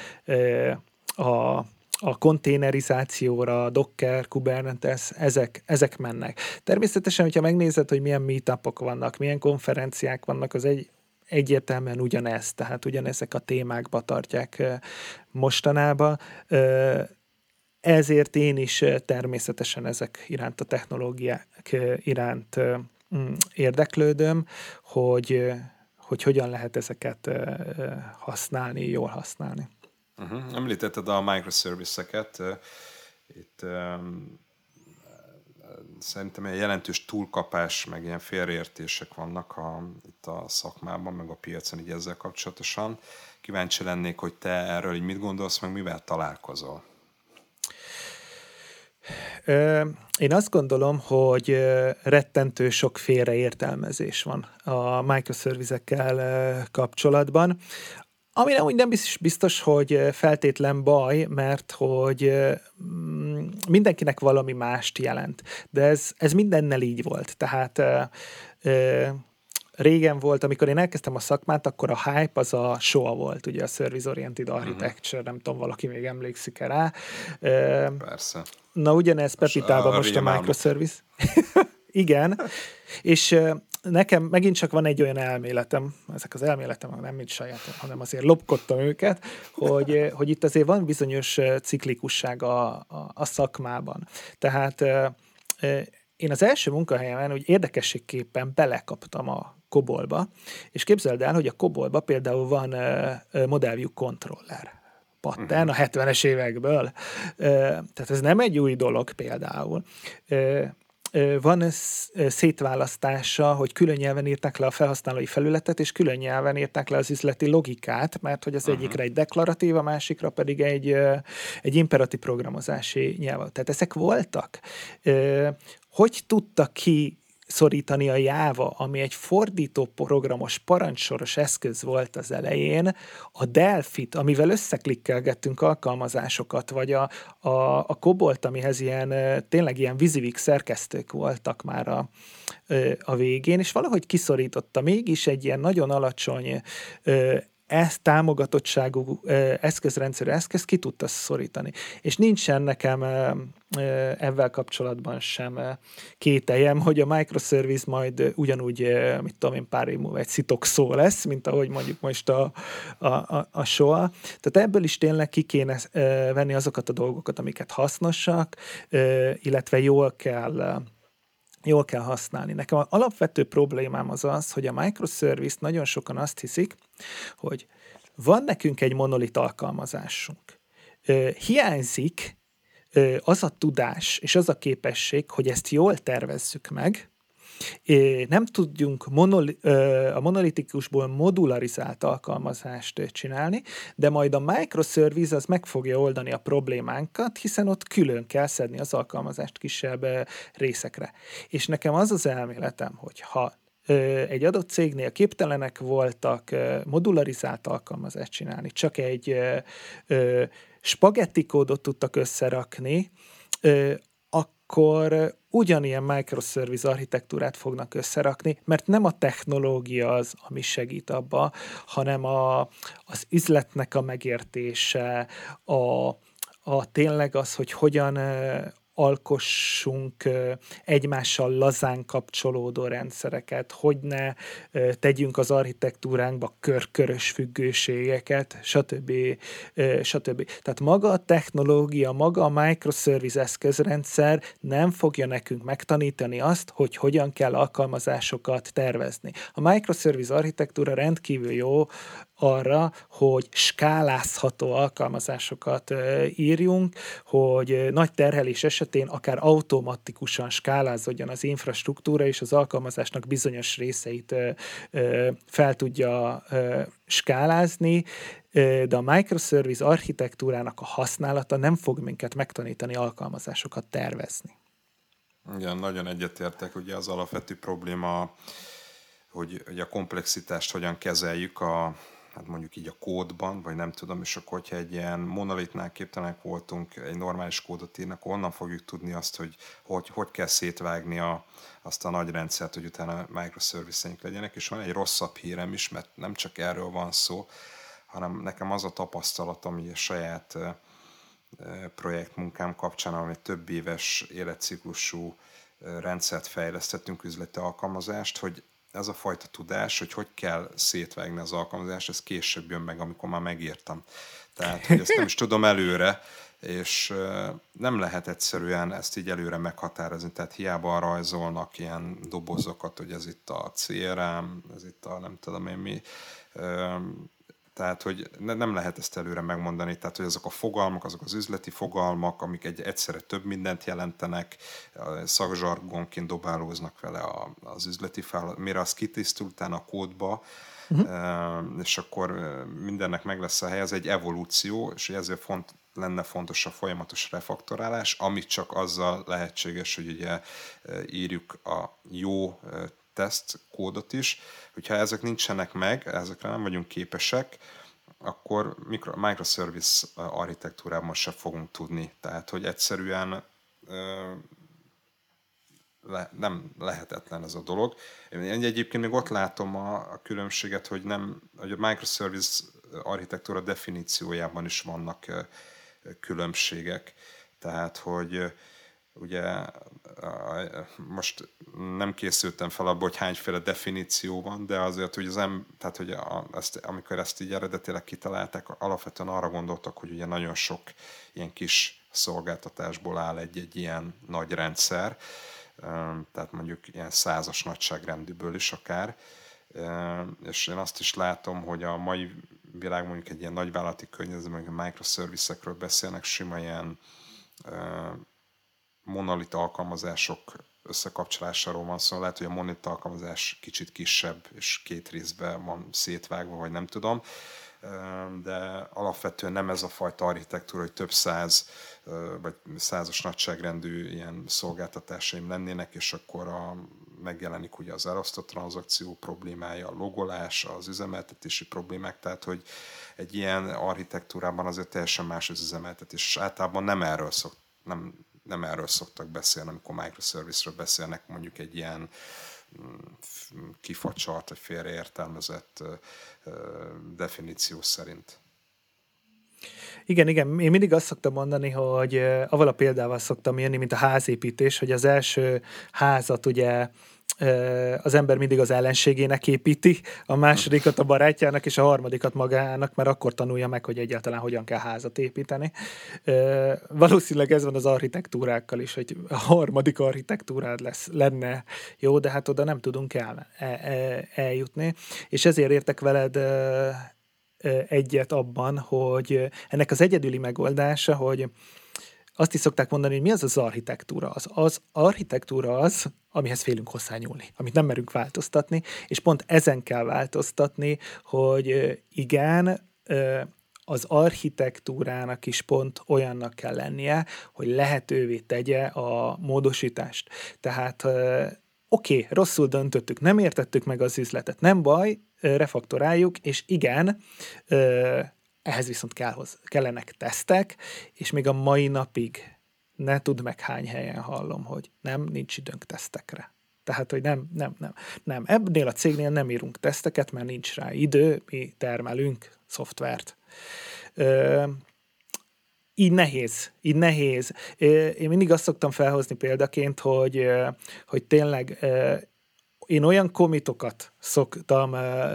a konténerizációra, a Docker, Kubernetes, ezek mennek. Természetesen, hogyha megnézed, hogy milyen meetupok vannak, milyen konferenciák vannak, az egyértelműen ugyanez, tehát ugyanezek a témákba tartják mostanában. Ezért én is természetesen ezek iránt, a technológiák iránt érdeklődöm, hogy hogyan lehet ezeket használni, jól használni. Említetted a microservice-eket. Itt szerintem egy jelentős túlkapás, meg ilyen félreértések vannak itt a szakmában, meg a piacon így ezzel kapcsolatosan. Kíváncsi lennék, hogy te erről így mit gondolsz, meg mivel találkozol? Én azt gondolom, hogy rettentő sok félreértelmezés van a microservice-ekkel kapcsolatban. Ami úgy nem biztos, hogy feltétlen baj, mert hogy mindenkinek valami mást jelent. De ez mindennel így volt. Tehát régen volt, amikor én elkezdtem a szakmát, akkor a hype az a SOA volt, ugye a Service Oriented Architecture, nem tudom, valaki még emlékszik rá. Persze. Na ugyanez Pepitában most a microservice. Igen, és nekem megint csak van egy olyan elméletem, ezek az elméletem nem mint sajátom, hanem azért lopkodtam őket, hogy itt azért van bizonyos ciklikusság a szakmában. Tehát én az első munkahelyemen úgy érdekességképpen belekaptam a COBOL-ba, és képzeld el, hogy a COBOL-ba például van Model View Controller pattern a 70-es évekből. Tehát ez nem egy új dolog például. Van szétválasztása, hogy külön nyelven írták le a felhasználói felületet, és külön nyelven írták le az üzleti logikát, mert hogy az egyikre egy deklaratív, a másikra pedig egy imperatív programozási nyelv. Tehát ezek voltak. Hogy tudta ki szorítani a Java, ami egy fordító programos, parancsoros eszköz volt az elején, a Delphi-t, amivel összeklikkelgettünk alkalmazásokat, vagy a Cobolt, amihez tényleg ilyen WYSIWYG szerkesztők voltak már a végén, és valahogy kiszorította mégis egy ilyen nagyon alacsony támogatottságú eszközrendszerű eszköz ki tudta szorítani. És nincsen nekem ezzel kapcsolatban sem kételjem, hogy a microservice majd ugyanúgy, mit tudom én, pár év múlva egy szitokszó lesz, mint ahogy mondjuk most a SOA. Tehát ebből is tényleg ki kéne venni azokat a dolgokat, amiket hasznosak, illetve jól kell használni. Nekem az alapvető problémám az, hogy a microservice nagyon sokan azt hiszik, hogy van nekünk egy monolit alkalmazásunk. Hiányzik az a tudás és az a képesség, hogy ezt jól tervezzük meg, nem tudjunk a monolitikusból modularizált alkalmazást csinálni, de majd a microservice az meg fogja oldani a problémánkat, hiszen ott külön kell szedni az alkalmazást kisebb részekre. És nekem az az elméletem, hogy ha egy adott cégnél képtelenek voltak modularizált alkalmazást csinálni, csak egy spagetti kódot tudtak összerakni, akkor ugyanilyen microservice architektúrát fognak összerakni, mert nem a technológia az, ami segít abba, hanem az üzletnek a megértése, tényleg az, hogy hogyan alkossunk egymással lazán kapcsolódó rendszereket, hogy ne tegyünk az architektúránkba körkörös függőségeket, stb. Stb. Tehát maga a technológia, maga a microservice eszközrendszer nem fogja nekünk megtanítani azt, hogy hogyan kell alkalmazásokat tervezni. A microservice architektúra rendkívül jó arra, hogy skálázható alkalmazásokat írjunk, hogy nagy terhelés esetén akár automatikusan skálázódjon az infrastruktúra, és az alkalmazásnak bizonyos részeit fel tudja skálázni, de a microservice architektúrának a használata nem fog minket megtanítani alkalmazásokat tervezni. Igen, nagyon egyetértek, ugye az alapvető probléma, hogy a komplexitást hogyan kezeljük hát mondjuk így a kódban, vagy nem tudom, és akkor, hogyha egy ilyen monolitnál képtelenek voltunk, egy normális kódot írnak, onnan fogjuk tudni azt, hogy kell szétvágni azt a nagy rendszert, hogy utána microservice-eink legyenek, és van egy rosszabb hírem is, mert nem csak erről van szó, hanem nekem az a tapasztalatom, hogy a saját projektmunkám kapcsán, ami több éves életciklusú rendszert fejlesztettünk, üzleti alkalmazást, hogy ez a fajta tudás, hogy kell szétvágni az alkalmazást, ez később jön meg, amikor már megírtam. Tehát, hogy ezt nem is tudom előre, és nem lehet egyszerűen ezt így előre meghatározni, tehát hiába rajzolnak ilyen dobozokat, hogy ez itt a CRM, ez itt a nem tudom én mi, tehát, hogy nem lehet ezt előre megmondani, tehát, hogy azok a fogalmak, azok az üzleti fogalmak, amik egyszerre több mindent jelentenek, szakzsargonként dobálóznak vele az üzleti feladat, mire az kitisztul utána a kódba, és akkor mindennek meg lesz a hely, ez egy evolúció, és ezért lenne fontos a folyamatos refaktorálás, amit csak azzal lehetséges, hogy ugye írjuk a jó tesztkódot is, hogyha ezek nincsenek meg, ezekre nem vagyunk képesek, akkor microservice architektúrában se fogunk tudni. Tehát, hogy egyszerűen nem lehetetlen ez a dolog. Én egyébként még ott látom a különbséget, hogy a microservice architektúra definíciójában is vannak különbségek. Tehát, hogy ugye most nem készültem fel abból, hogy hányféle definíció van, de azért, hogy tehát, hogy amikor ezt így eredetileg kitalálták, alapvetően arra gondoltak, hogy ugye nagyon sok ilyen kis szolgáltatásból áll egy ilyen nagy rendszer, tehát mondjuk ilyen 100-as nagyságrendűből is akár, és én azt is látom, hogy a mai világ mondjuk egy ilyen nagyvállalati környezetben, a microservice-ekről beszélnek, sima ilyen monolit alkalmazások összekapcsolásáról van szó, lehet, hogy a monolit alkalmazás kicsit kisebb, és két részben van szétvágva, vagy nem tudom, de alapvetően nem ez a fajta architektúra, hogy több száz, vagy százas nagyságrendű ilyen szolgáltatásaim lennének, és akkor megjelenik ugye az elosztott tranzakció problémája, a logolás, az üzemeltetési problémák, tehát hogy egy ilyen architektúrában azért teljesen más az üzemeltetés, és általában nem erről szoktak beszélni, amikor microservice-ről beszélnek, mondjuk egy ilyen kifacsart, vagy félreértelmezett definíció szerint. Igen, én mindig azt szoktam mondani, hogy avval a példával szoktam jönni, mint a házépítés, hogy az első házat ugye az ember mindig az ellenségének építi, a másodikat a barátjának, és a harmadikat magának, mert akkor tanulja meg, hogy egyáltalán hogyan kell házat építeni. Valószínűleg ez van az architektúrákkal is, hogy a harmadik architektúrád lenne jó, de hát oda nem tudunk eljutni. És ezért értek veled egyet abban, hogy ennek az egyedüli megoldása, hogy azt is szokták mondani, hogy mi az architektúra. Az architektúra az, amihez félünk hozzányúlni, amit nem merünk változtatni, és pont ezen kell változtatni, hogy igen, az architektúrának is pont olyannak kell lennie, hogy lehetővé tegye a módosítást. Tehát oké, rosszul döntöttük, nem értettük meg az üzletet, nem baj, refaktoráljuk, és igen, ehhez viszont kellenek tesztek, és még a mai napig ne tudd meg hány helyen hallom, hogy nincs időnk tesztekre. Tehát, hogy nem. Ebből a cégnél nem írunk teszteket, mert nincs rá idő, mi termelünk szoftvert. így nehéz, így nehéz. Én mindig azt szoktam felhozni példaként, hogy tényleg én olyan komitokat szoktam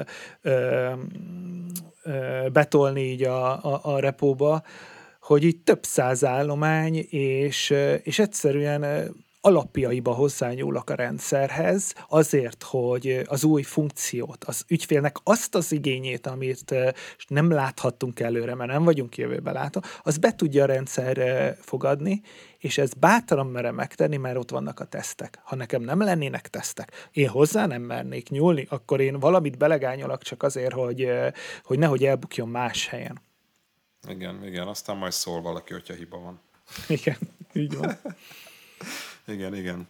betolni így a repóba, hogy így több száz állomány, és egyszerűen alapjaiba hozzányúlok a rendszerhez, azért, hogy az új funkciót, az ügyfélnek azt az igényét, amit nem láthattunk előre, mert nem vagyunk jövőbe látó, az be tudja a rendszer fogadni, és ezt bátran merem megtenni, mert ott vannak a tesztek. Ha nekem nem lennének tesztek, én hozzá nem mernék nyúlni, akkor én valamit belegányolok csak azért, hogy nehogy elbukjon más helyen. Igen, aztán majd szól valaki, hogyha hiba van. Igen, így van. Igen.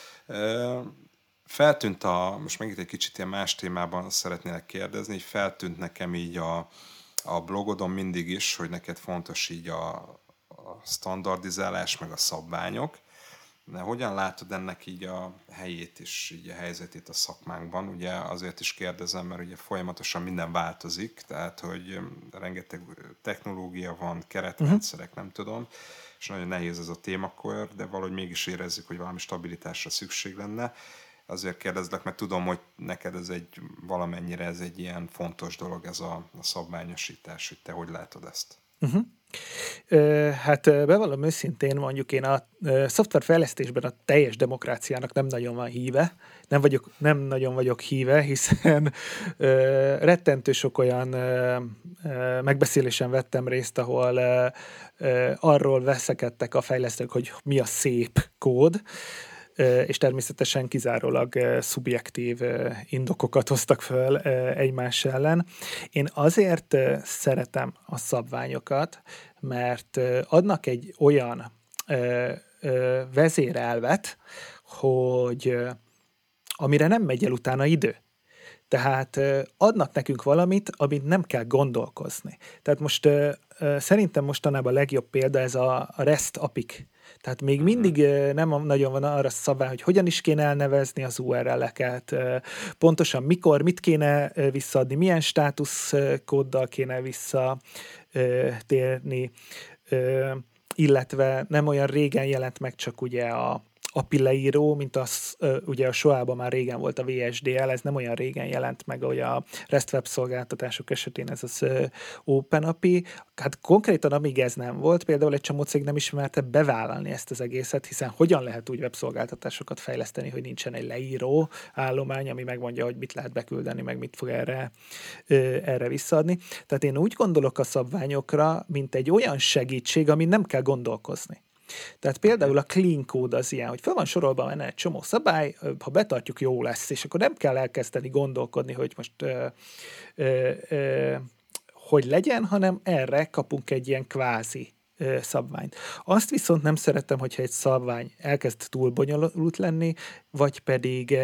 Feltűnt most megint egy kicsit ilyen más témában szeretnélek kérdezni, hogy feltűnt nekem így a blogodon mindig is, hogy neked fontos így a standardizálás, meg a szabványok. De hogyan látod ennek így a helyét és így a helyzetét a szakmánkban? Ugye azért is kérdezem, mert ugye folyamatosan minden változik, tehát hogy rengeteg technológia van, keretrendszerek, nem tudom, és nagyon nehéz ez a témakör, de valahogy mégis érezzük, hogy valami stabilitásra szükség lenne. Azért kérdezlek, mert tudom, hogy neked valamennyire ez egy ilyen fontos dolog, ez a szabványosítás, hogy te hogy látod ezt? Hát bevallom őszintén, mondjuk én a szoftverfejlesztésben a teljes demokráciának nem nagyon van híve, nem nagyon vagyok híve, hiszen rettentő sok olyan megbeszélésen vettem részt, ahol arról veszekedtek a fejlesztők, hogy mi a szép kód, és természetesen kizárólag szubjektív indokokat hoztak föl egymás ellen. Én azért szeretem a szabványokat, mert adnak egy olyan vezérelvet, hogy amire nem megy el utána idő. Tehát adnak nekünk valamit, amit nem kell gondolkozni. Tehát most szerintem mostanában a legjobb példa ez a REST API. Tehát még mindig nem nagyon van arra szabvány, hogy hogyan is kéne elnevezni az URL-eket, pontosan mikor, mit kéne visszaadni, milyen státuszkóddal kéne visszatérni, illetve nem olyan régen jelent meg csak ugye a API leíró, mint ugye a SOA-ban már régen volt a VSDL, ez nem olyan régen jelent meg, hogy a REST web szolgáltatások esetén ez az OpenAPI. Hát konkrétan amíg ez nem volt, például egy csomó cég nem ismerte bevállalni ezt az egészet, hiszen hogyan lehet úgy webszolgáltatásokat fejleszteni, hogy nincsen egy leíró állomány, ami megmondja, hogy mit lehet beküldeni, meg mit fog erre visszaadni. Tehát én úgy gondolok a szabványokra, mint egy olyan segítség, ami nem kell gondolkozni. Tehát például a clean code az ilyen, hogy fel van sorolva benne egy csomó szabály, ha betartjuk, jó lesz, és akkor nem kell elkezdeni gondolkodni, hogy most hogy legyen, hanem erre kapunk egy ilyen kvázi szabványt. Azt viszont nem szeretem, hogyha egy szabvány elkezd túl bonyolult lenni, vagy pedig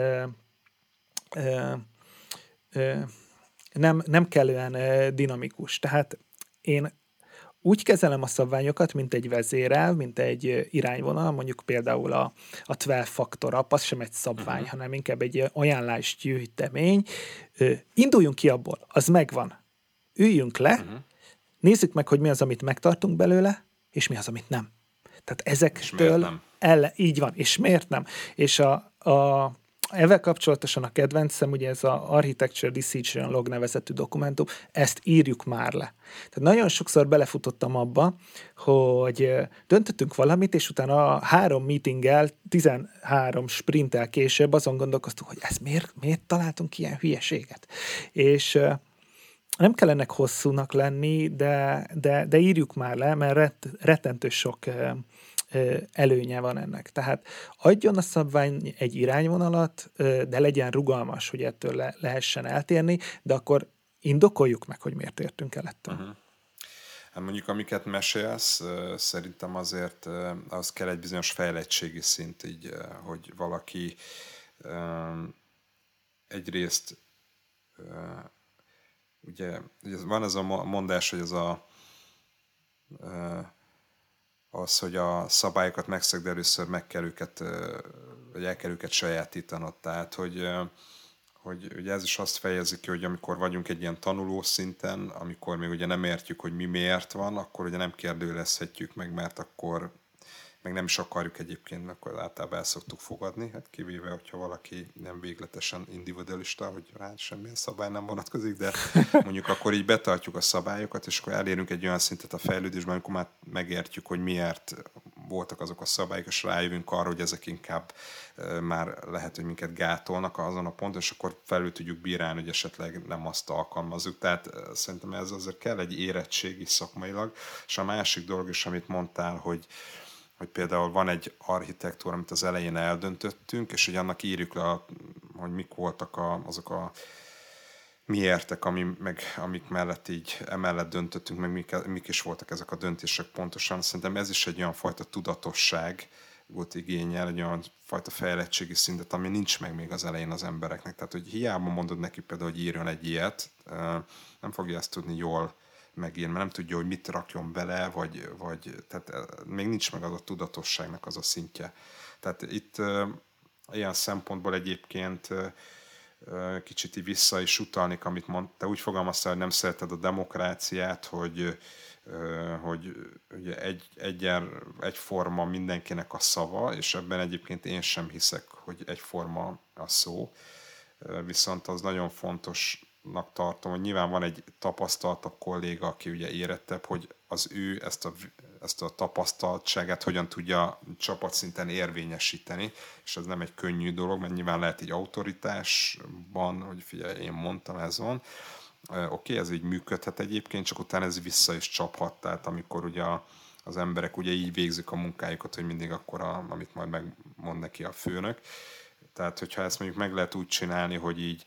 nem kellően dinamikus. Tehát én úgy kezelem a szabványokat, mint egy vezérelv, mint egy irányvonal, mondjuk például a 12 Factor App, az sem egy szabvány, hanem inkább egy ajánlásgyűjtemény. Induljunk ki abból, az megvan. Üljünk le, nézzük meg, hogy mi az, amit megtartunk belőle, és mi az, amit nem. Tehát ezektől így van, és miért nem? És ezzel kapcsolatosan a kedvencem, ugye ez a Architecture Decision Log nevezetű dokumentum, ezt írjuk már le. Tehát nagyon sokszor belefutottam abba, hogy döntöttünk valamit, és utána 3 meetinggel, 13 sprinttel később azon gondolkoztunk, hogy ez miért találtunk ilyen hülyeséget. És nem kell ennek hosszúnak lenni, de írjuk már le, mert rettentő sok előnye van ennek. Tehát adjon a szabvány egy irányvonalat, de legyen rugalmas, hogy ettől lehessen eltérni, de akkor indokoljuk meg, hogy miért értünk el ettől. Hát mondjuk, amiket mesélsz, szerintem azért az kell egy bizonyos fejlettségi szint, így, hogy valaki egyrészt ugye van ez a mondás, hogy az, hogy a szabályokat megszeg, de először meg kell őket, vagy el kell őket sajátítanod. Tehát, hogy hogy ugye ez is azt fejezi ki, hogy amikor vagyunk egy ilyen tanuló szinten, amikor még ugye nem értjük, hogy mi miért van, akkor ugye nem kérdőjelezhetjük meg, mert akkor meg nem is akarjuk egyébként, mert akkor általában el szoktuk fogadni, hát kivéve, hogyha valaki nem végletesen individualista, hogy rá semmilyen szabály nem vonatkozik, de mondjuk akkor így betartjuk a szabályokat, és akkor elérünk egy olyan szintet a fejlődésben, amikor már megértjük, hogy miért voltak azok a szabályok, és rájövünk arra, hogy ezek inkább már lehet, hogy minket gátolnak azon a ponton, és akkor felül tudjuk bírálni, hogy esetleg nem azt alkalmazzuk. Tehát szerintem ez azért kell egy érettség is szakmailag, és a másik dolog is, amit mondtál, hogy például van egy architektúra, amit az elején eldöntöttünk, és hogy annak írjuk le, hogy mik voltak azok a miértek, amik mellett így emellett döntöttünk, meg mik is voltak ezek a döntések pontosan. Szerintem ez is egy olyan fajta tudatosság volt igényel, egy olyan fajta fejlettségi szintet, ami nincs meg még az elején az embereknek. Tehát, hogy hiába mondod neki például, hogy írjon egy ilyet, nem fogja ezt tudni jól megírni, mert nem tudja, hogy mit rakjon bele, vagy tehát még nincs meg az a tudatosságnak az a szintje. Tehát itt ilyen szempontból egyébként kicsit így vissza is utalnék, amit mondta. Úgy fogalmaztál, hogy nem szereted a demokráciát, hogy ugye egyforma mindenkinek a szava, és ebben egyébként én sem hiszek, hogy egyforma a szó. Viszont az nagyon fontosnak tartom, hogy nyilván van egy tapasztaltabb kolléga, aki ugye érettebb, hogy az ő ezt a tapasztaltságát hogyan tudja csapatszinten érvényesíteni, és ez nem egy könnyű dolog, mert nyilván lehet egy autoritásban, hogy figyelj, én mondtam, ez van. Oké, ez így működhet egyébként, csak utána ez vissza is csaphat, tehát amikor ugye az emberek ugye így végzik a munkájukat, hogy mindig akkor, amit majd megmond neki a főnök. Tehát, hogyha ezt mondjuk meg lehet úgy csinálni, hogy így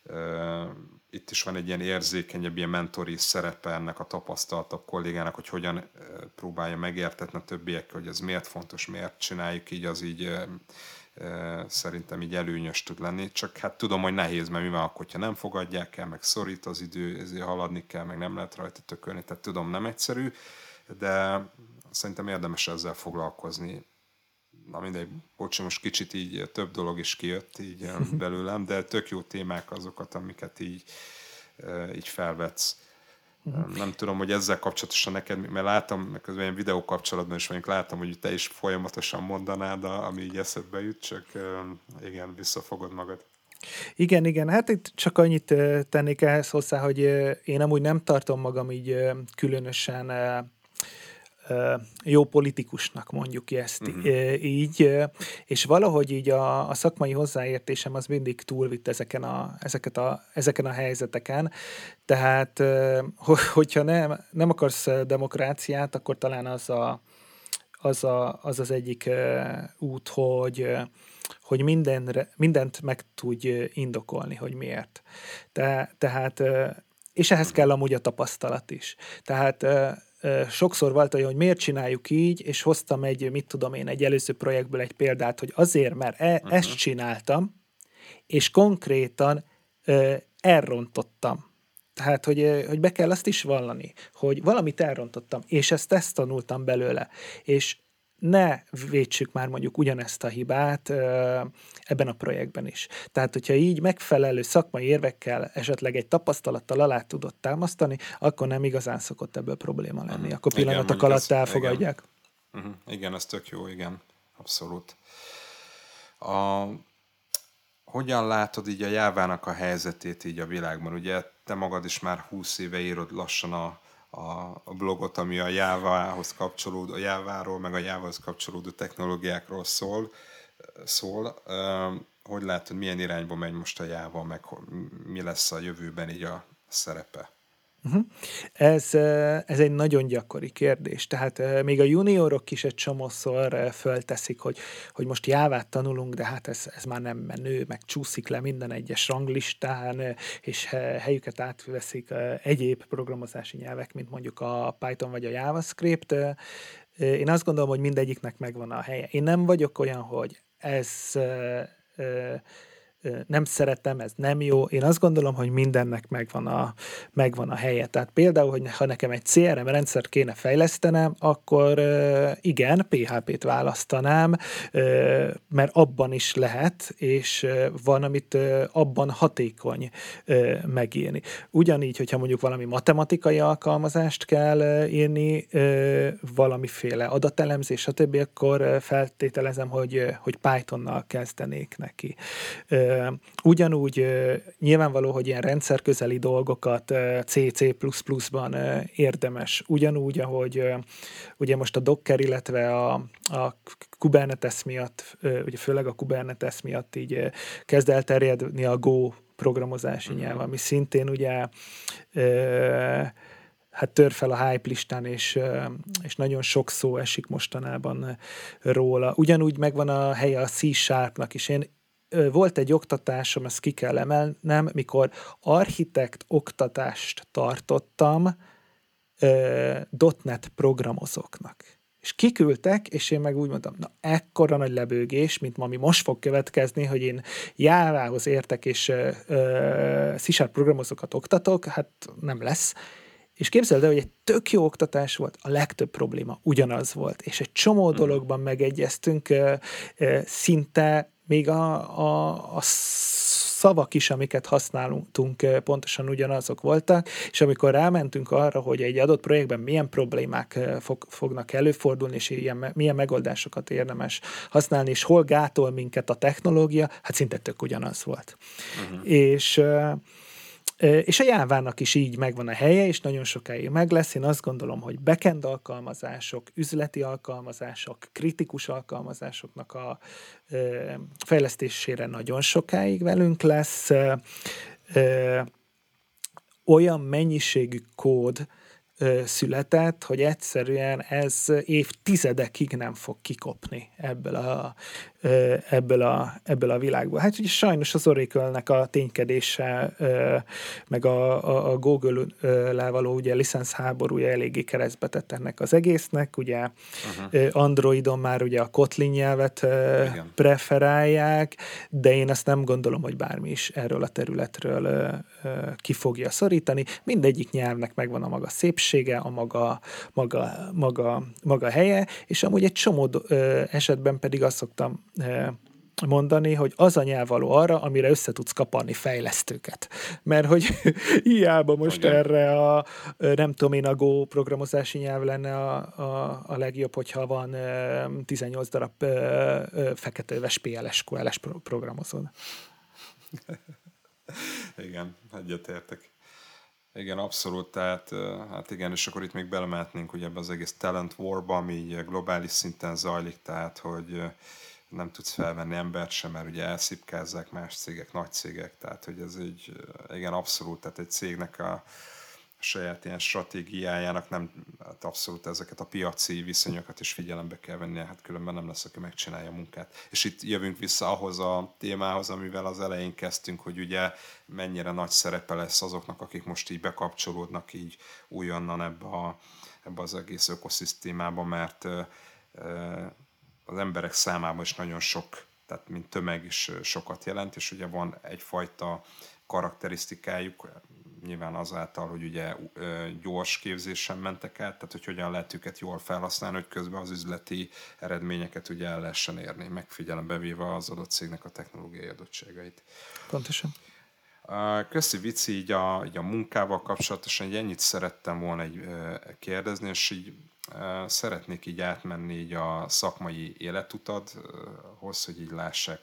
itt is van egy ilyen érzékenyebb, ilyen mentori szerepe ennek a tapasztaltabb kollégának, hogy hogyan próbálja megértetni a többiek, hogy ez miért fontos, miért csináljuk így, az így szerintem így előnyös tud lenni. Csak hát tudom, hogy nehéz, mert mi van akkor, hogyha nem fogadják el, meg szorít az idő, ezért haladni kell, meg nem lehet rajta tökölni. Tehát tudom, nem egyszerű, de szerintem érdemes ezzel foglalkozni. Na mindegy, bocsi, most kicsit így több dolog is kijött így belőlem, de tök jó témák azokat, amiket így felvetsz. Nem tudom, hogy ezzel kapcsolatosan neked, mert láttam, közben ilyen videó kapcsolatban is mondjuk láttam, hogy te is folyamatosan mondanád, ami így eszedbe jut, csak igen, visszafogod magad. Igen, hát itt csak annyit tennék ehhez hozzá, hogy én amúgy nem tartom magam így különösen jó politikusnak, mondjuk ezt így, és valahogy így a szakmai hozzáértésem az mindig túlvitt ezeken a helyzeteken, tehát hogyha nem akarsz demokráciát, akkor talán az egyik út, hogy mindent meg tudj indokolni, hogy miért. Tehát, és ehhez kell amúgy a tapasztalat is. Tehát sokszor volt olyan, hogy miért csináljuk így, és hoztam egy előző projektből egy példát, hogy azért, mert ezt csináltam, és konkrétan elrontottam. Tehát, hogy be kell azt is vallani, hogy valamit elrontottam, és ezt tanultam belőle. És ne vétsük már mondjuk ugyanezt a hibát ebben a projektben is. Tehát, hogyha így megfelelő szakmai érvekkel, esetleg egy tapasztalattal alá tudod támasztani, akkor nem igazán szokott ebből probléma lenni. Akkor pillanatok alatt elfogadják. Igen, ez tök jó, igen, abszolút. Hogyan látod így a Jávának a helyzetét így a világban? Ugye te magad is már 20 éve írod lassan a blogot, ami a Jávához kapcsolódó, a Jáváról, meg a Jávához kapcsolódó technológiákról szól. Hogy látod, milyen irányba megy most a Jáva, meg mi lesz a jövőben így a szerepe? Ez egy nagyon gyakori kérdés. Tehát még a juniorok is egy csomószor fölteszik, hogy most Jávát tanulunk, de hát ez már nem menő, meg csúszik le minden egyes ranglistán, és helyüket átveszik egyéb programozási nyelvek, mint mondjuk a Python vagy a JavaScript. Én azt gondolom, hogy mindegyiknek megvan a helye. Én nem vagyok olyan, hogy ez nem szeretem, ez nem jó. Én azt gondolom, hogy mindennek megvan a helye. Tehát például, hogy ha nekem egy CRM rendszert kéne fejlesztenem, akkor igen, PHP-t választanám, mert abban is lehet, és van, amit abban hatékony megírni. Ugyanígy, hogyha mondjuk valami matematikai alkalmazást kell írni, valamiféle adatelemzés, stb., akkor feltételezem, hogy Pythonnal kezdenék neki. Ugyanúgy nyilvánvaló, hogy ilyen rendszerközeli dolgokat C++-ban érdemes. Ugyanúgy, ahogy ugye most a Docker, illetve a Kubernetes miatt, ugye főleg a Kubernetes miatt így kezd elterjedni a Go programozási nyelv, ami szintén ugye hát tör fel a hype listán, és nagyon sok szó esik mostanában róla. Ugyanúgy megvan a helye a C#-nak is. Volt egy oktatásom, ezt ki kell emelnem, mikor architekt oktatást tartottam .NET programozóknak. És kiküldtek, és én meg úgy mondtam, na ekkora nagy lebőgés, mint ami most fog következni, hogy én Jávához értek, és C# programozókat oktatok, hát nem lesz. És képzeld el, hogy egy tök jó oktatás volt, a legtöbb probléma ugyanaz volt, és egy csomó dologban megegyeztünk, szinte még a szavak is, amiket használtunk, pontosan ugyanazok voltak, és amikor rámentünk arra, hogy egy adott projektben milyen problémák fognak előfordulni, és milyen megoldásokat érdemes használni, és hol gátol minket a technológia, hát szinte tök ugyanaz volt. És a Jávának is így megvan a helye, és nagyon sokáig meg lesz. Én azt gondolom, hogy backend alkalmazások, üzleti alkalmazások, kritikus alkalmazásoknak a fejlesztésére nagyon sokáig velünk lesz. Olyan mennyiségű kód született, hogy egyszerűen ez évtizedekig nem fog kikopni ebből a világból. Hát ugye sajnos az Oracle-nek a ténykedése, meg a Google-lel való ugye licenszháborúja eléggé keresztbe tett ennek az egésznek, ugye Androidon már ugye a Kotlin nyelvet preferálják, de én azt nem gondolom, hogy bármi is erről a területről ki fogja szorítani. Mindegyik nyelvnek megvan a maga szépsége, a maga helye, és amúgy egy csomó esetben pedig azt szoktam mondani, hogy az a nyelv való arra, amire össze tudsz kaparni fejlesztőket. Mert hogy hiába most erre nem tudom én, a Go programozási nyelv lenne a legjobb, hogyha van 18 darab feketeöves PLS programozón. Igen, egyetértek. Igen, abszolút, tehát hát igen, és akkor itt még belemehetnénk ugye ebbe az egész talent warba, ami így globális szinten zajlik, tehát hogy nem tudsz felvenni embert sem, mert ugye elszipkázzák más cégek, nagy cégek, tehát hogy ez így, igen, abszolút, tehát egy cégnek a saját ilyen stratégiájának nem, hát abszolút ezeket a piaci viszonyokat is figyelembe kell venni, hát különben nem lesz, aki megcsinálja a munkát. És itt jövünk vissza ahhoz a témához, amivel az elején kezdtünk, hogy ugye mennyire nagy szerepe lesz azoknak, akik most így bekapcsolódnak így újonnan ebbe az egész ökoszisztémába, mert az emberek számában is nagyon sok, tehát mint tömeg is sokat jelent, és ugye van egyfajta karakterisztikájuk, nyilván azáltal, hogy ugye gyors képzésen mentek át, tehát hogy hogyan lehet őket jól felhasználni, hogy közben az üzleti eredményeket ugye el lehessen érni, megfigyelembe véve az adott cégnek a technológiai adottságait. Pontosan. Köszi, Vici, így a munkával kapcsolatosan így ennyit szerettem volna kérdezni, és így szeretnék így átmenni így a szakmai életutadhoz, hogy így lássák,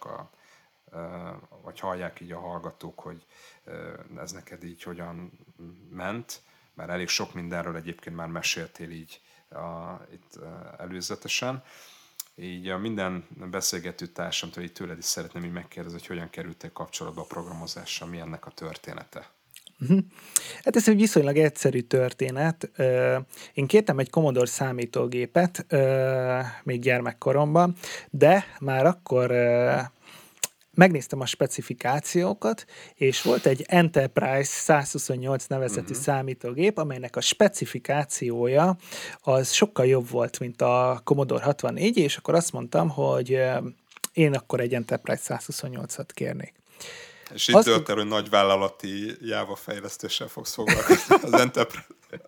vagy hallják így a hallgatók, hogy ez neked így hogyan ment, mert elég sok mindenről egyébként már meséltél így itt előzetesen. Így a minden beszélgető társamtól így tőled is szeretném így megkérdezni, hogy hogyan kerültél kapcsolatba a programozással, mi ennek a története? Hát ez egy viszonylag egyszerű történet. Én kértem egy Commodore számítógépet még gyermekkoromban, de már akkor megnéztem a specifikációkat, és volt egy Enterprise 128 nevezetű számítógép, amelynek a specifikációja az sokkal jobb volt, mint a Commodore 64, és akkor azt mondtam, hogy én akkor egy Enterprise 128-at kérnék. És itt dölt el, hogy nagyvállalati Java fejlesztéssel fogsz foglalkozni az Enterprise.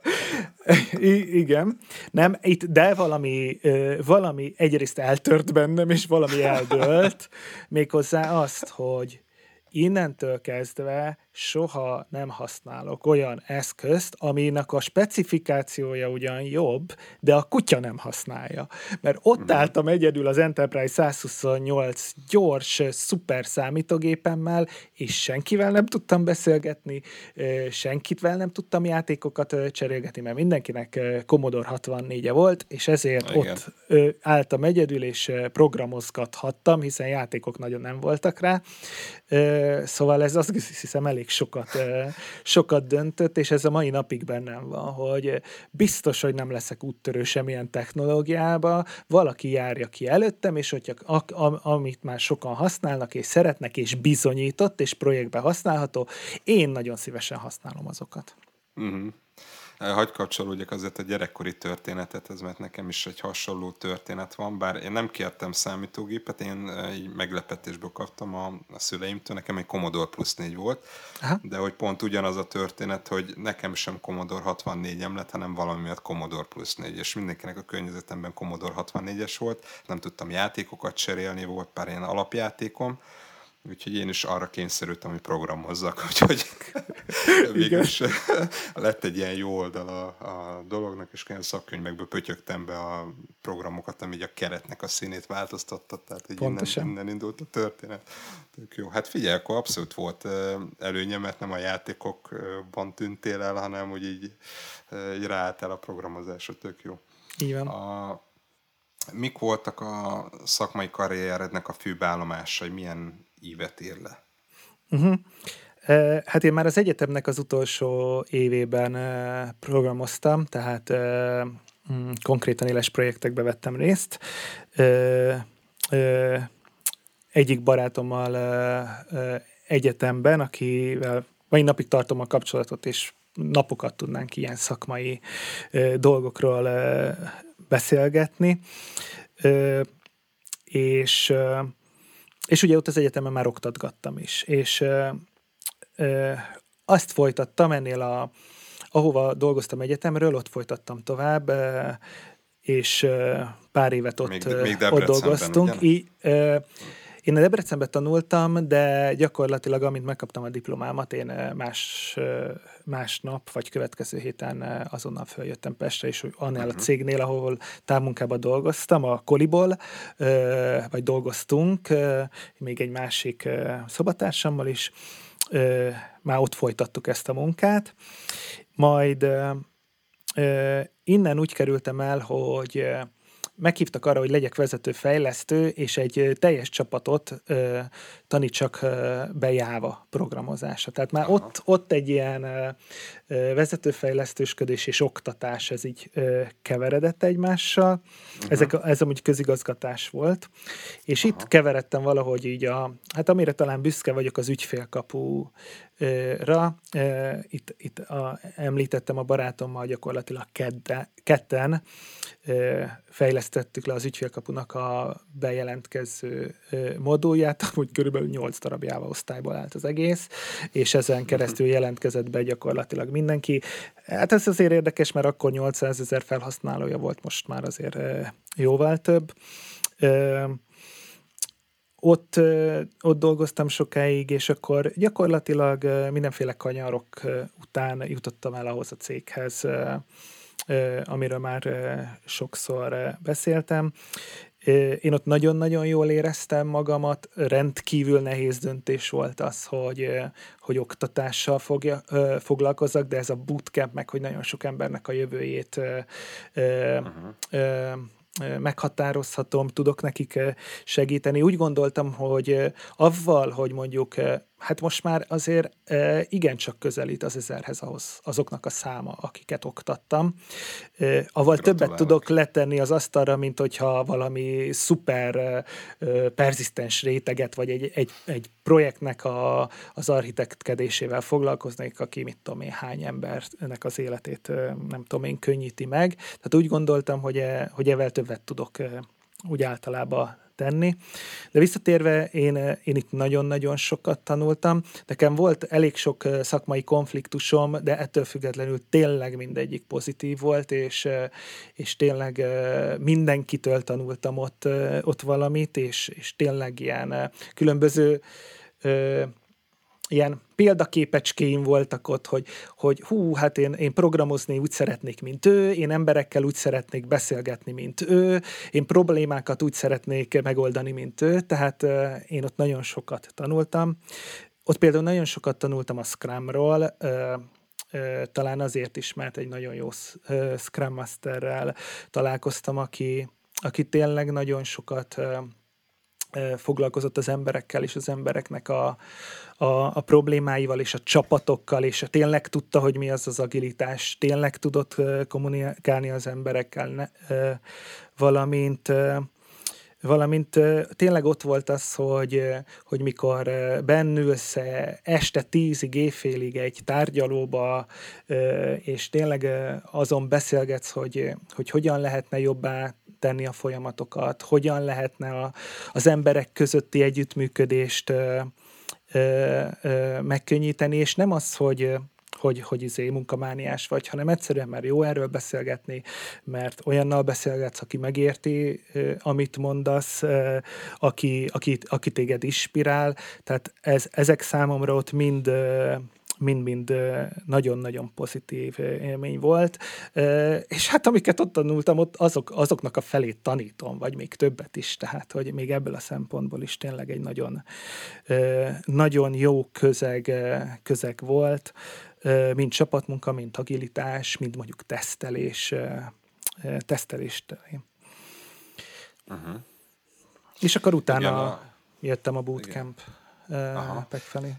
Igen. Nem, itt, de valami egyrészt eltört bennem, és valami eldőlt. Méghozzá azt, hogy innentől kezdve soha nem használok olyan eszközt, aminek a specifikációja ugyan jobb, de a kutya nem használja. Mert ott álltam egyedül az Enterprise 128 gyors, szuper számítógépemmel, és senkivel nem tudtam beszélgetni, senkivel nem tudtam játékokat cserélgetni, mert mindenkinek Commodore 64-e volt, és ezért igen, ott álltam egyedül, és programozgathattam, hiszen játékok nagyon nem voltak rá. Szóval ez azt hiszem elég sokat döntött, és ez a mai napig bennem van, hogy biztos, hogy nem leszek úttörő semmilyen technológiába, valaki járja ki előttem, és hogyha amit már sokan használnak, és szeretnek, és bizonyított, és projektben használható, én nagyon szívesen használom azokat. Hagy kapcsolódjak azért a gyerekkori történetet, mert nekem is egy hasonló történet van, bár én nem kértem számítógépet, én így meglepetésből kaptam a szüleimtől, nekem egy Commodore Plus 4 volt, aha, de hogy pont ugyanaz a történet, hogy nekem sem Commodore 64-em lett, hanem valami miatt Commodore Plus 4, és mindenkinek a környezetemben Commodore 64-es volt, nem tudtam játékokat cserélni, volt pár ilyen alapjátékom, úgyhogy én is arra kényszerültem, hogy programozzak, úgyhogy végülis lett egy ilyen jó oldal a dolognak, és ilyen szakkönyvekből pötyögtem be a programokat, ami a keretnek a színét változtatta, tehát így innen indult a történet. Tök jó. Hát figyelj, akkor abszolút volt előnye, mert nem a játékokban tűntél el, hanem úgy így ráálltál a programozásra, tök jó. Így van. Mik voltak a szakmai karrierednek a főbb állomásai, milyen ívet ír le? Hát én már az egyetemnek az utolsó évében programoztam, tehát konkrétan éles projektekbe vettem részt. Egyik barátommal egyetemben, akivel mai napig tartom a kapcsolatot, és napokat tudnánk ilyen szakmai dolgokról beszélgetni. És ugye ott az egyetemen már oktatgattam is, és azt folytattam ennél ahova dolgoztam egyetemről, ott folytattam tovább, és pár évet ott dolgoztunk. Én a Debrecenben tanultam, de gyakorlatilag, amint megkaptam a diplomámat, én másnap, vagy következő héten azonnal feljöttem Pestre, és annál a cégnél, ahol távmunkában dolgoztam, a Koliból, vagy dolgoztunk, még egy másik szobatársammal is, már ott folytattuk ezt a munkát. Majd innen úgy kerültem el, hogy meghívtak arra, hogy legyek vezetőfejlesztő, és egy teljes csapatot tanítsak be Java programozásra. Tehát már ott egy ilyen vezetőfejlesztősködés és oktatás, ez így keveredett egymással. Ez amúgy közigazgatás volt. És itt keveredtem valahogy így amire talán büszke vagyok, az ügyfélkapura. Itt említettem a barátommal, gyakorlatilag ketten fejlesztettük le az ügyfélkapunak a bejelentkező modulját, amúgy körülbelül 8 darab Java osztályból állt az egész, és ezen keresztül jelentkezett be gyakorlatilag mindenki. Hát ez azért érdekes, mert akkor 800 000 felhasználója volt, most már azért jóval több. Ott dolgoztam sokáig, és akkor gyakorlatilag mindenféle kanyarok után jutottam el ahhoz a céghez, amiről már sokszor beszéltem. Én ott nagyon-nagyon jól éreztem magamat, rendkívül nehéz döntés volt az, hogy oktatással foglalkozzak, de ez a bootcamp, meg hogy nagyon sok embernek a jövőjét meghatározhatom, tudok nekik segíteni. Úgy gondoltam, hogy avval, hogy mondjuk, hát most már azért igencsak közelít az 1000-hez azoknak a száma, akiket oktattam. Avval többet tudok letenni az asztalra, mint hogyha valami szuper perzisztens réteget, vagy egy projektnek az architektkedésével foglalkoznék, aki mit tudom én, hány embernek az életét nem tudom én, könnyíti meg. Tehát úgy gondoltam, hogy ezzel többet tudok úgy általában tenni. De visszatérve, én itt nagyon-nagyon sokat tanultam. Nekem volt elég sok szakmai konfliktusom, de ettől függetlenül tényleg mindegyik pozitív volt, és tényleg mindenkitől tanultam ott valamit, és tényleg ilyen különböző ilyen példaképecskéim voltak ott, hogy hú, hát én programozni úgy szeretnék, mint ő, én emberekkel úgy szeretnék beszélgetni, mint ő, én problémákat úgy szeretnék megoldani, mint ő, tehát én ott nagyon sokat tanultam. Ott például nagyon sokat tanultam a Scrumról, talán azért is, mert egy nagyon jó Scrum Masterrel találkoztam, aki tényleg nagyon sokat foglalkozott az emberekkel, és az embereknek a problémáival, és a csapatokkal, és tényleg tudta, hogy mi az agilitás, tényleg tudott kommunikálni az emberekkel, valamint tényleg ott volt az, hogy mikor bennülsz este 10-ig, éjfélig egy tárgyalóba, és tényleg azon beszélgetsz, hogy hogyan lehetne jobbá tenni a folyamatokat, hogyan lehetne az emberek közötti együttműködést megkönnyíteni, és nem az, hogy munkamániás vagy, hanem egyszerűen már jó erről beszélgetni, mert olyannal beszélgetsz, aki megérti, amit mondasz, aki téged inspirál, tehát ezek számomra ott mind nagyon-nagyon pozitív élmény volt, és hát amiket ott tanultam, ott azoknak a felét tanítom, vagy még többet is, tehát hogy még ebből a szempontból is tényleg egy nagyon jó közeg volt, mind csapatmunka, mind agilitás, mind mondjuk tesztelés terén. Uh-huh. És akkor utána jöttem a bootcamp felé.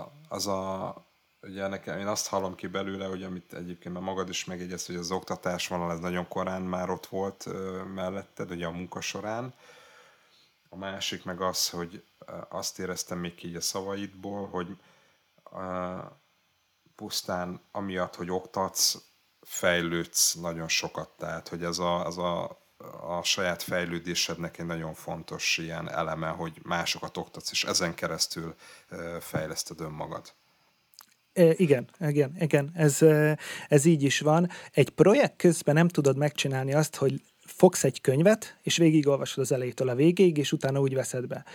Ugye nekem, én azt hallom ki belőle, hogy amit egyébként már magad is megjegyezted, hogy az oktatásvonal ez nagyon korán már ott volt melletted, ugye a munka során. A másik meg az, hogy azt éreztem még így a szavaidból, hogy pusztán amiatt, hogy oktatsz, fejlődsz nagyon sokat. Tehát, hogy ez a saját fejlődésednek egy nagyon fontos ilyen eleme, hogy másokat oktatsz, és ezen keresztül fejleszted önmagad. Igen, ez így is van. Egy projekt közben nem tudod megcsinálni azt, hogy fogsz egy könyvet, és végigolvasod az elejétől a végéig, és utána úgy veszed be.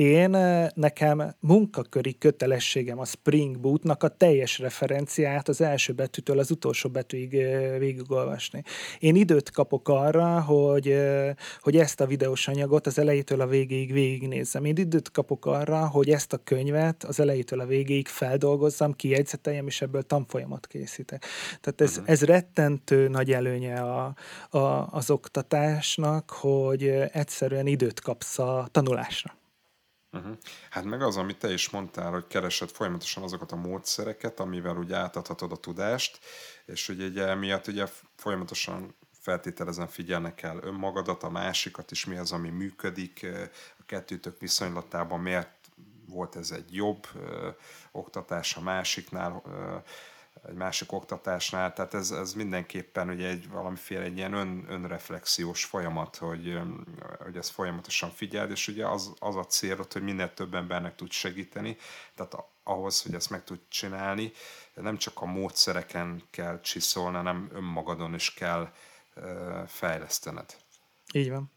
Nekem munkaköri kötelességem a Spring Bootnak a teljes referenciát az első betűtől az utolsó betűig végigolvasni. Én időt kapok arra, hogy ezt a videós anyagot az elejétől a végéig végignézzem. Én időt kapok arra, hogy ezt a könyvet az elejétől a végéig feldolgozzam, kijegyzeteljem, és ebből tanfolyamot készítek. Tehát ez rettentő nagy előnye az oktatásnak, hogy egyszerűen időt kapsz a tanulásra. Uh-huh. Hát meg az, amit te is mondtál, hogy keresed folyamatosan azokat a módszereket, amivel úgy átadhatod a tudást, és ugye emiatt ugye folyamatosan feltételezem figyelnek kell önmagadat, a másikat is, mi az, ami működik, a kettőtök viszonylatában miért volt ez egy jobb oktatás a másiknál, egy másik oktatásnál, tehát ez mindenképpen ugye valamiféle egy ilyen önreflexiós folyamat, hogy ezt folyamatosan figyeld, és ugye az a célod, hogy minél több embernek tud segíteni, tehát ahhoz, hogy ezt meg tud csinálni, nem csak a módszereken kell csiszolni, hanem önmagadon is kell fejlesztened. Így van.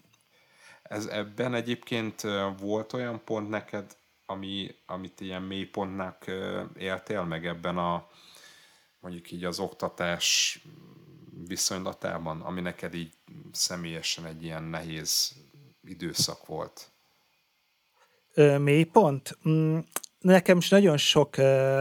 Ebben egyébként volt olyan pont neked, amit ilyen mélypontnak éltél meg ebben mondjuk így az oktatás viszonylatában, ami neked így személyesen egy ilyen nehéz időszak volt? Mélypont? Nekem is nagyon sok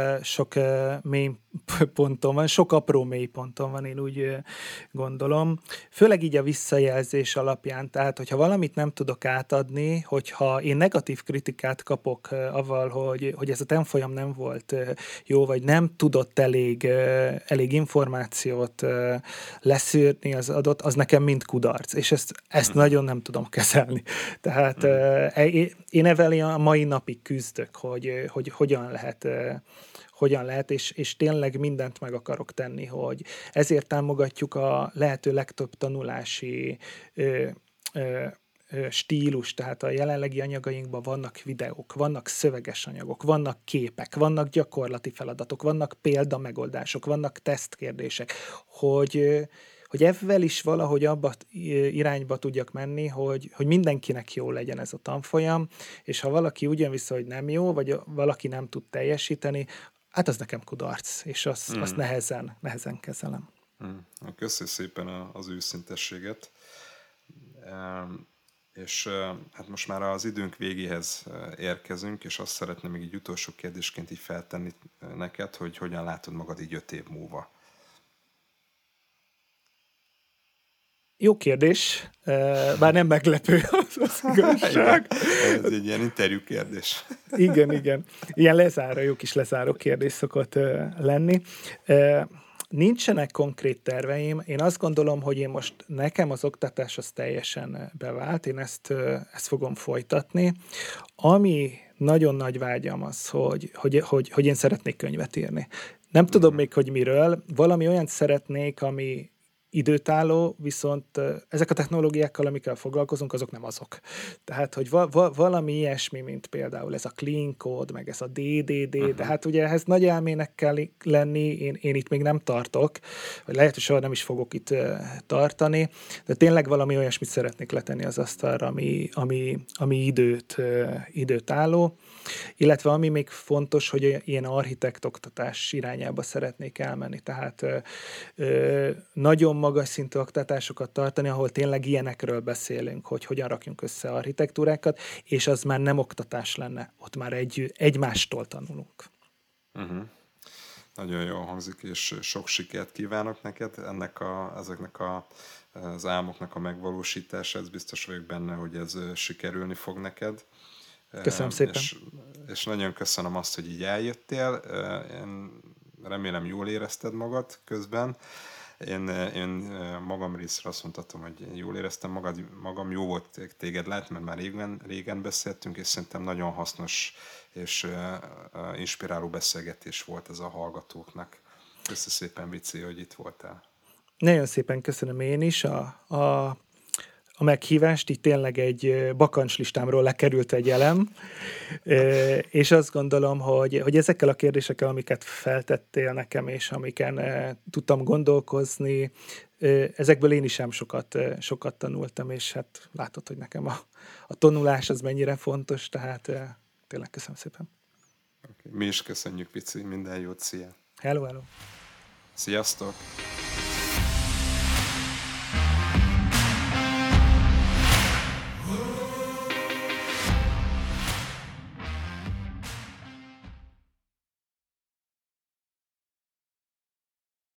mély ponton van, sok apró mély ponton van, én úgy gondolom. Főleg így a visszajelzés alapján, tehát hogyha valamit nem tudok átadni, hogyha én negatív kritikát kapok avval, hogy ez a tanfolyam nem volt jó, vagy nem tudott elég információt leszűrni az adott, az nekem mind kudarc, és ezt nagyon nem tudom kezelni. Tehát én ezzel a mai napig küzdök, hogy hogyan lehet, és tényleg mindent meg akarok tenni, hogy ezért támogatjuk a lehető legtöbb tanulási stílus, tehát a jelenlegi anyagainkban vannak videók, vannak szöveges anyagok, vannak képek, vannak gyakorlati feladatok, vannak példamegoldások, vannak tesztkérdések, hogy ezzel is valahogy abba irányba tudjak menni, hogy mindenkinek jó legyen ez a tanfolyam, és ha valaki úgy jön vissza, hogy nem jó, vagy valaki nem tud teljesíteni, hát az nekem kudarc, és azt nehezen kezelem. Köszönöm szépen az őszintességet. És hát most már az időnk végéhez érkezünk, és azt szeretném még így utolsó kérdésként így feltenni neked, hogy hogyan látod magad így 5 év múlva. Jó kérdés, bár nem meglepő az igazság. Ez egy ilyen interjú kérdés. Igen. Ilyen jó kis lezáró kérdés szokott lenni. Nincsenek konkrét terveim. Én azt gondolom, hogy nekem az oktatás az teljesen bevált, én ezt fogom folytatni. Ami nagyon nagy vágyam az, hogy én szeretnék könyvet írni. Nem tudom még, hogy miről. Valami olyat szeretnék, ami időtálló, viszont ezek a technológiákkal, amikkel foglalkozunk, azok nem azok. Tehát, hogy valami ilyesmi, mint például ez a clean code, meg ez a DDD, de hát ugye ehhez nagy elmének kell lenni, én itt még nem tartok, vagy lehet, hogy soha nem is fogok itt tartani, de tényleg valami olyasmit szeretnék letenni az asztalra, ami időtálló, illetve ami még fontos, hogy ilyen architekt oktatás irányába szeretnék elmenni. Tehát nagyon magas szintű oktatásokat tartani, ahol tényleg ilyenekről beszélünk, hogy hogyan rakjunk össze architektúrákat, és az már nem oktatás lenne, ott már egymástól tanulunk. Nagyon jól hangzik, és sok sikert kívánok neked ezeknek az álmoknak a megvalósítása, ez biztos vagyok benne, hogy ez sikerülni fog neked. Köszönöm szépen. És nagyon köszönöm azt, hogy így eljöttél. Én remélem jól érezted magad közben. Én magam részre azt mondhatom, hogy jól éreztem magam, jó volt téged látni, mert már régen beszéltünk, és szerintem nagyon hasznos és inspiráló beszélgetés volt ez a hallgatóknak. Köszönöm szépen, Vici, hogy itt voltál. Nagyon szépen köszönöm én is a meghívást, így tényleg egy bakancslistámról lekerült egy elem, és azt gondolom, hogy ezekkel a kérdésekkel, amiket feltettél nekem, és amiken tudtam gondolkozni, ezekből én is sem sokat tanultam, és hát látod, hogy nekem a tanulás az mennyire fontos, tehát tényleg köszönöm szépen. Mi is köszönjük, Pici, minden jót, szia! Hello! Sziasztok!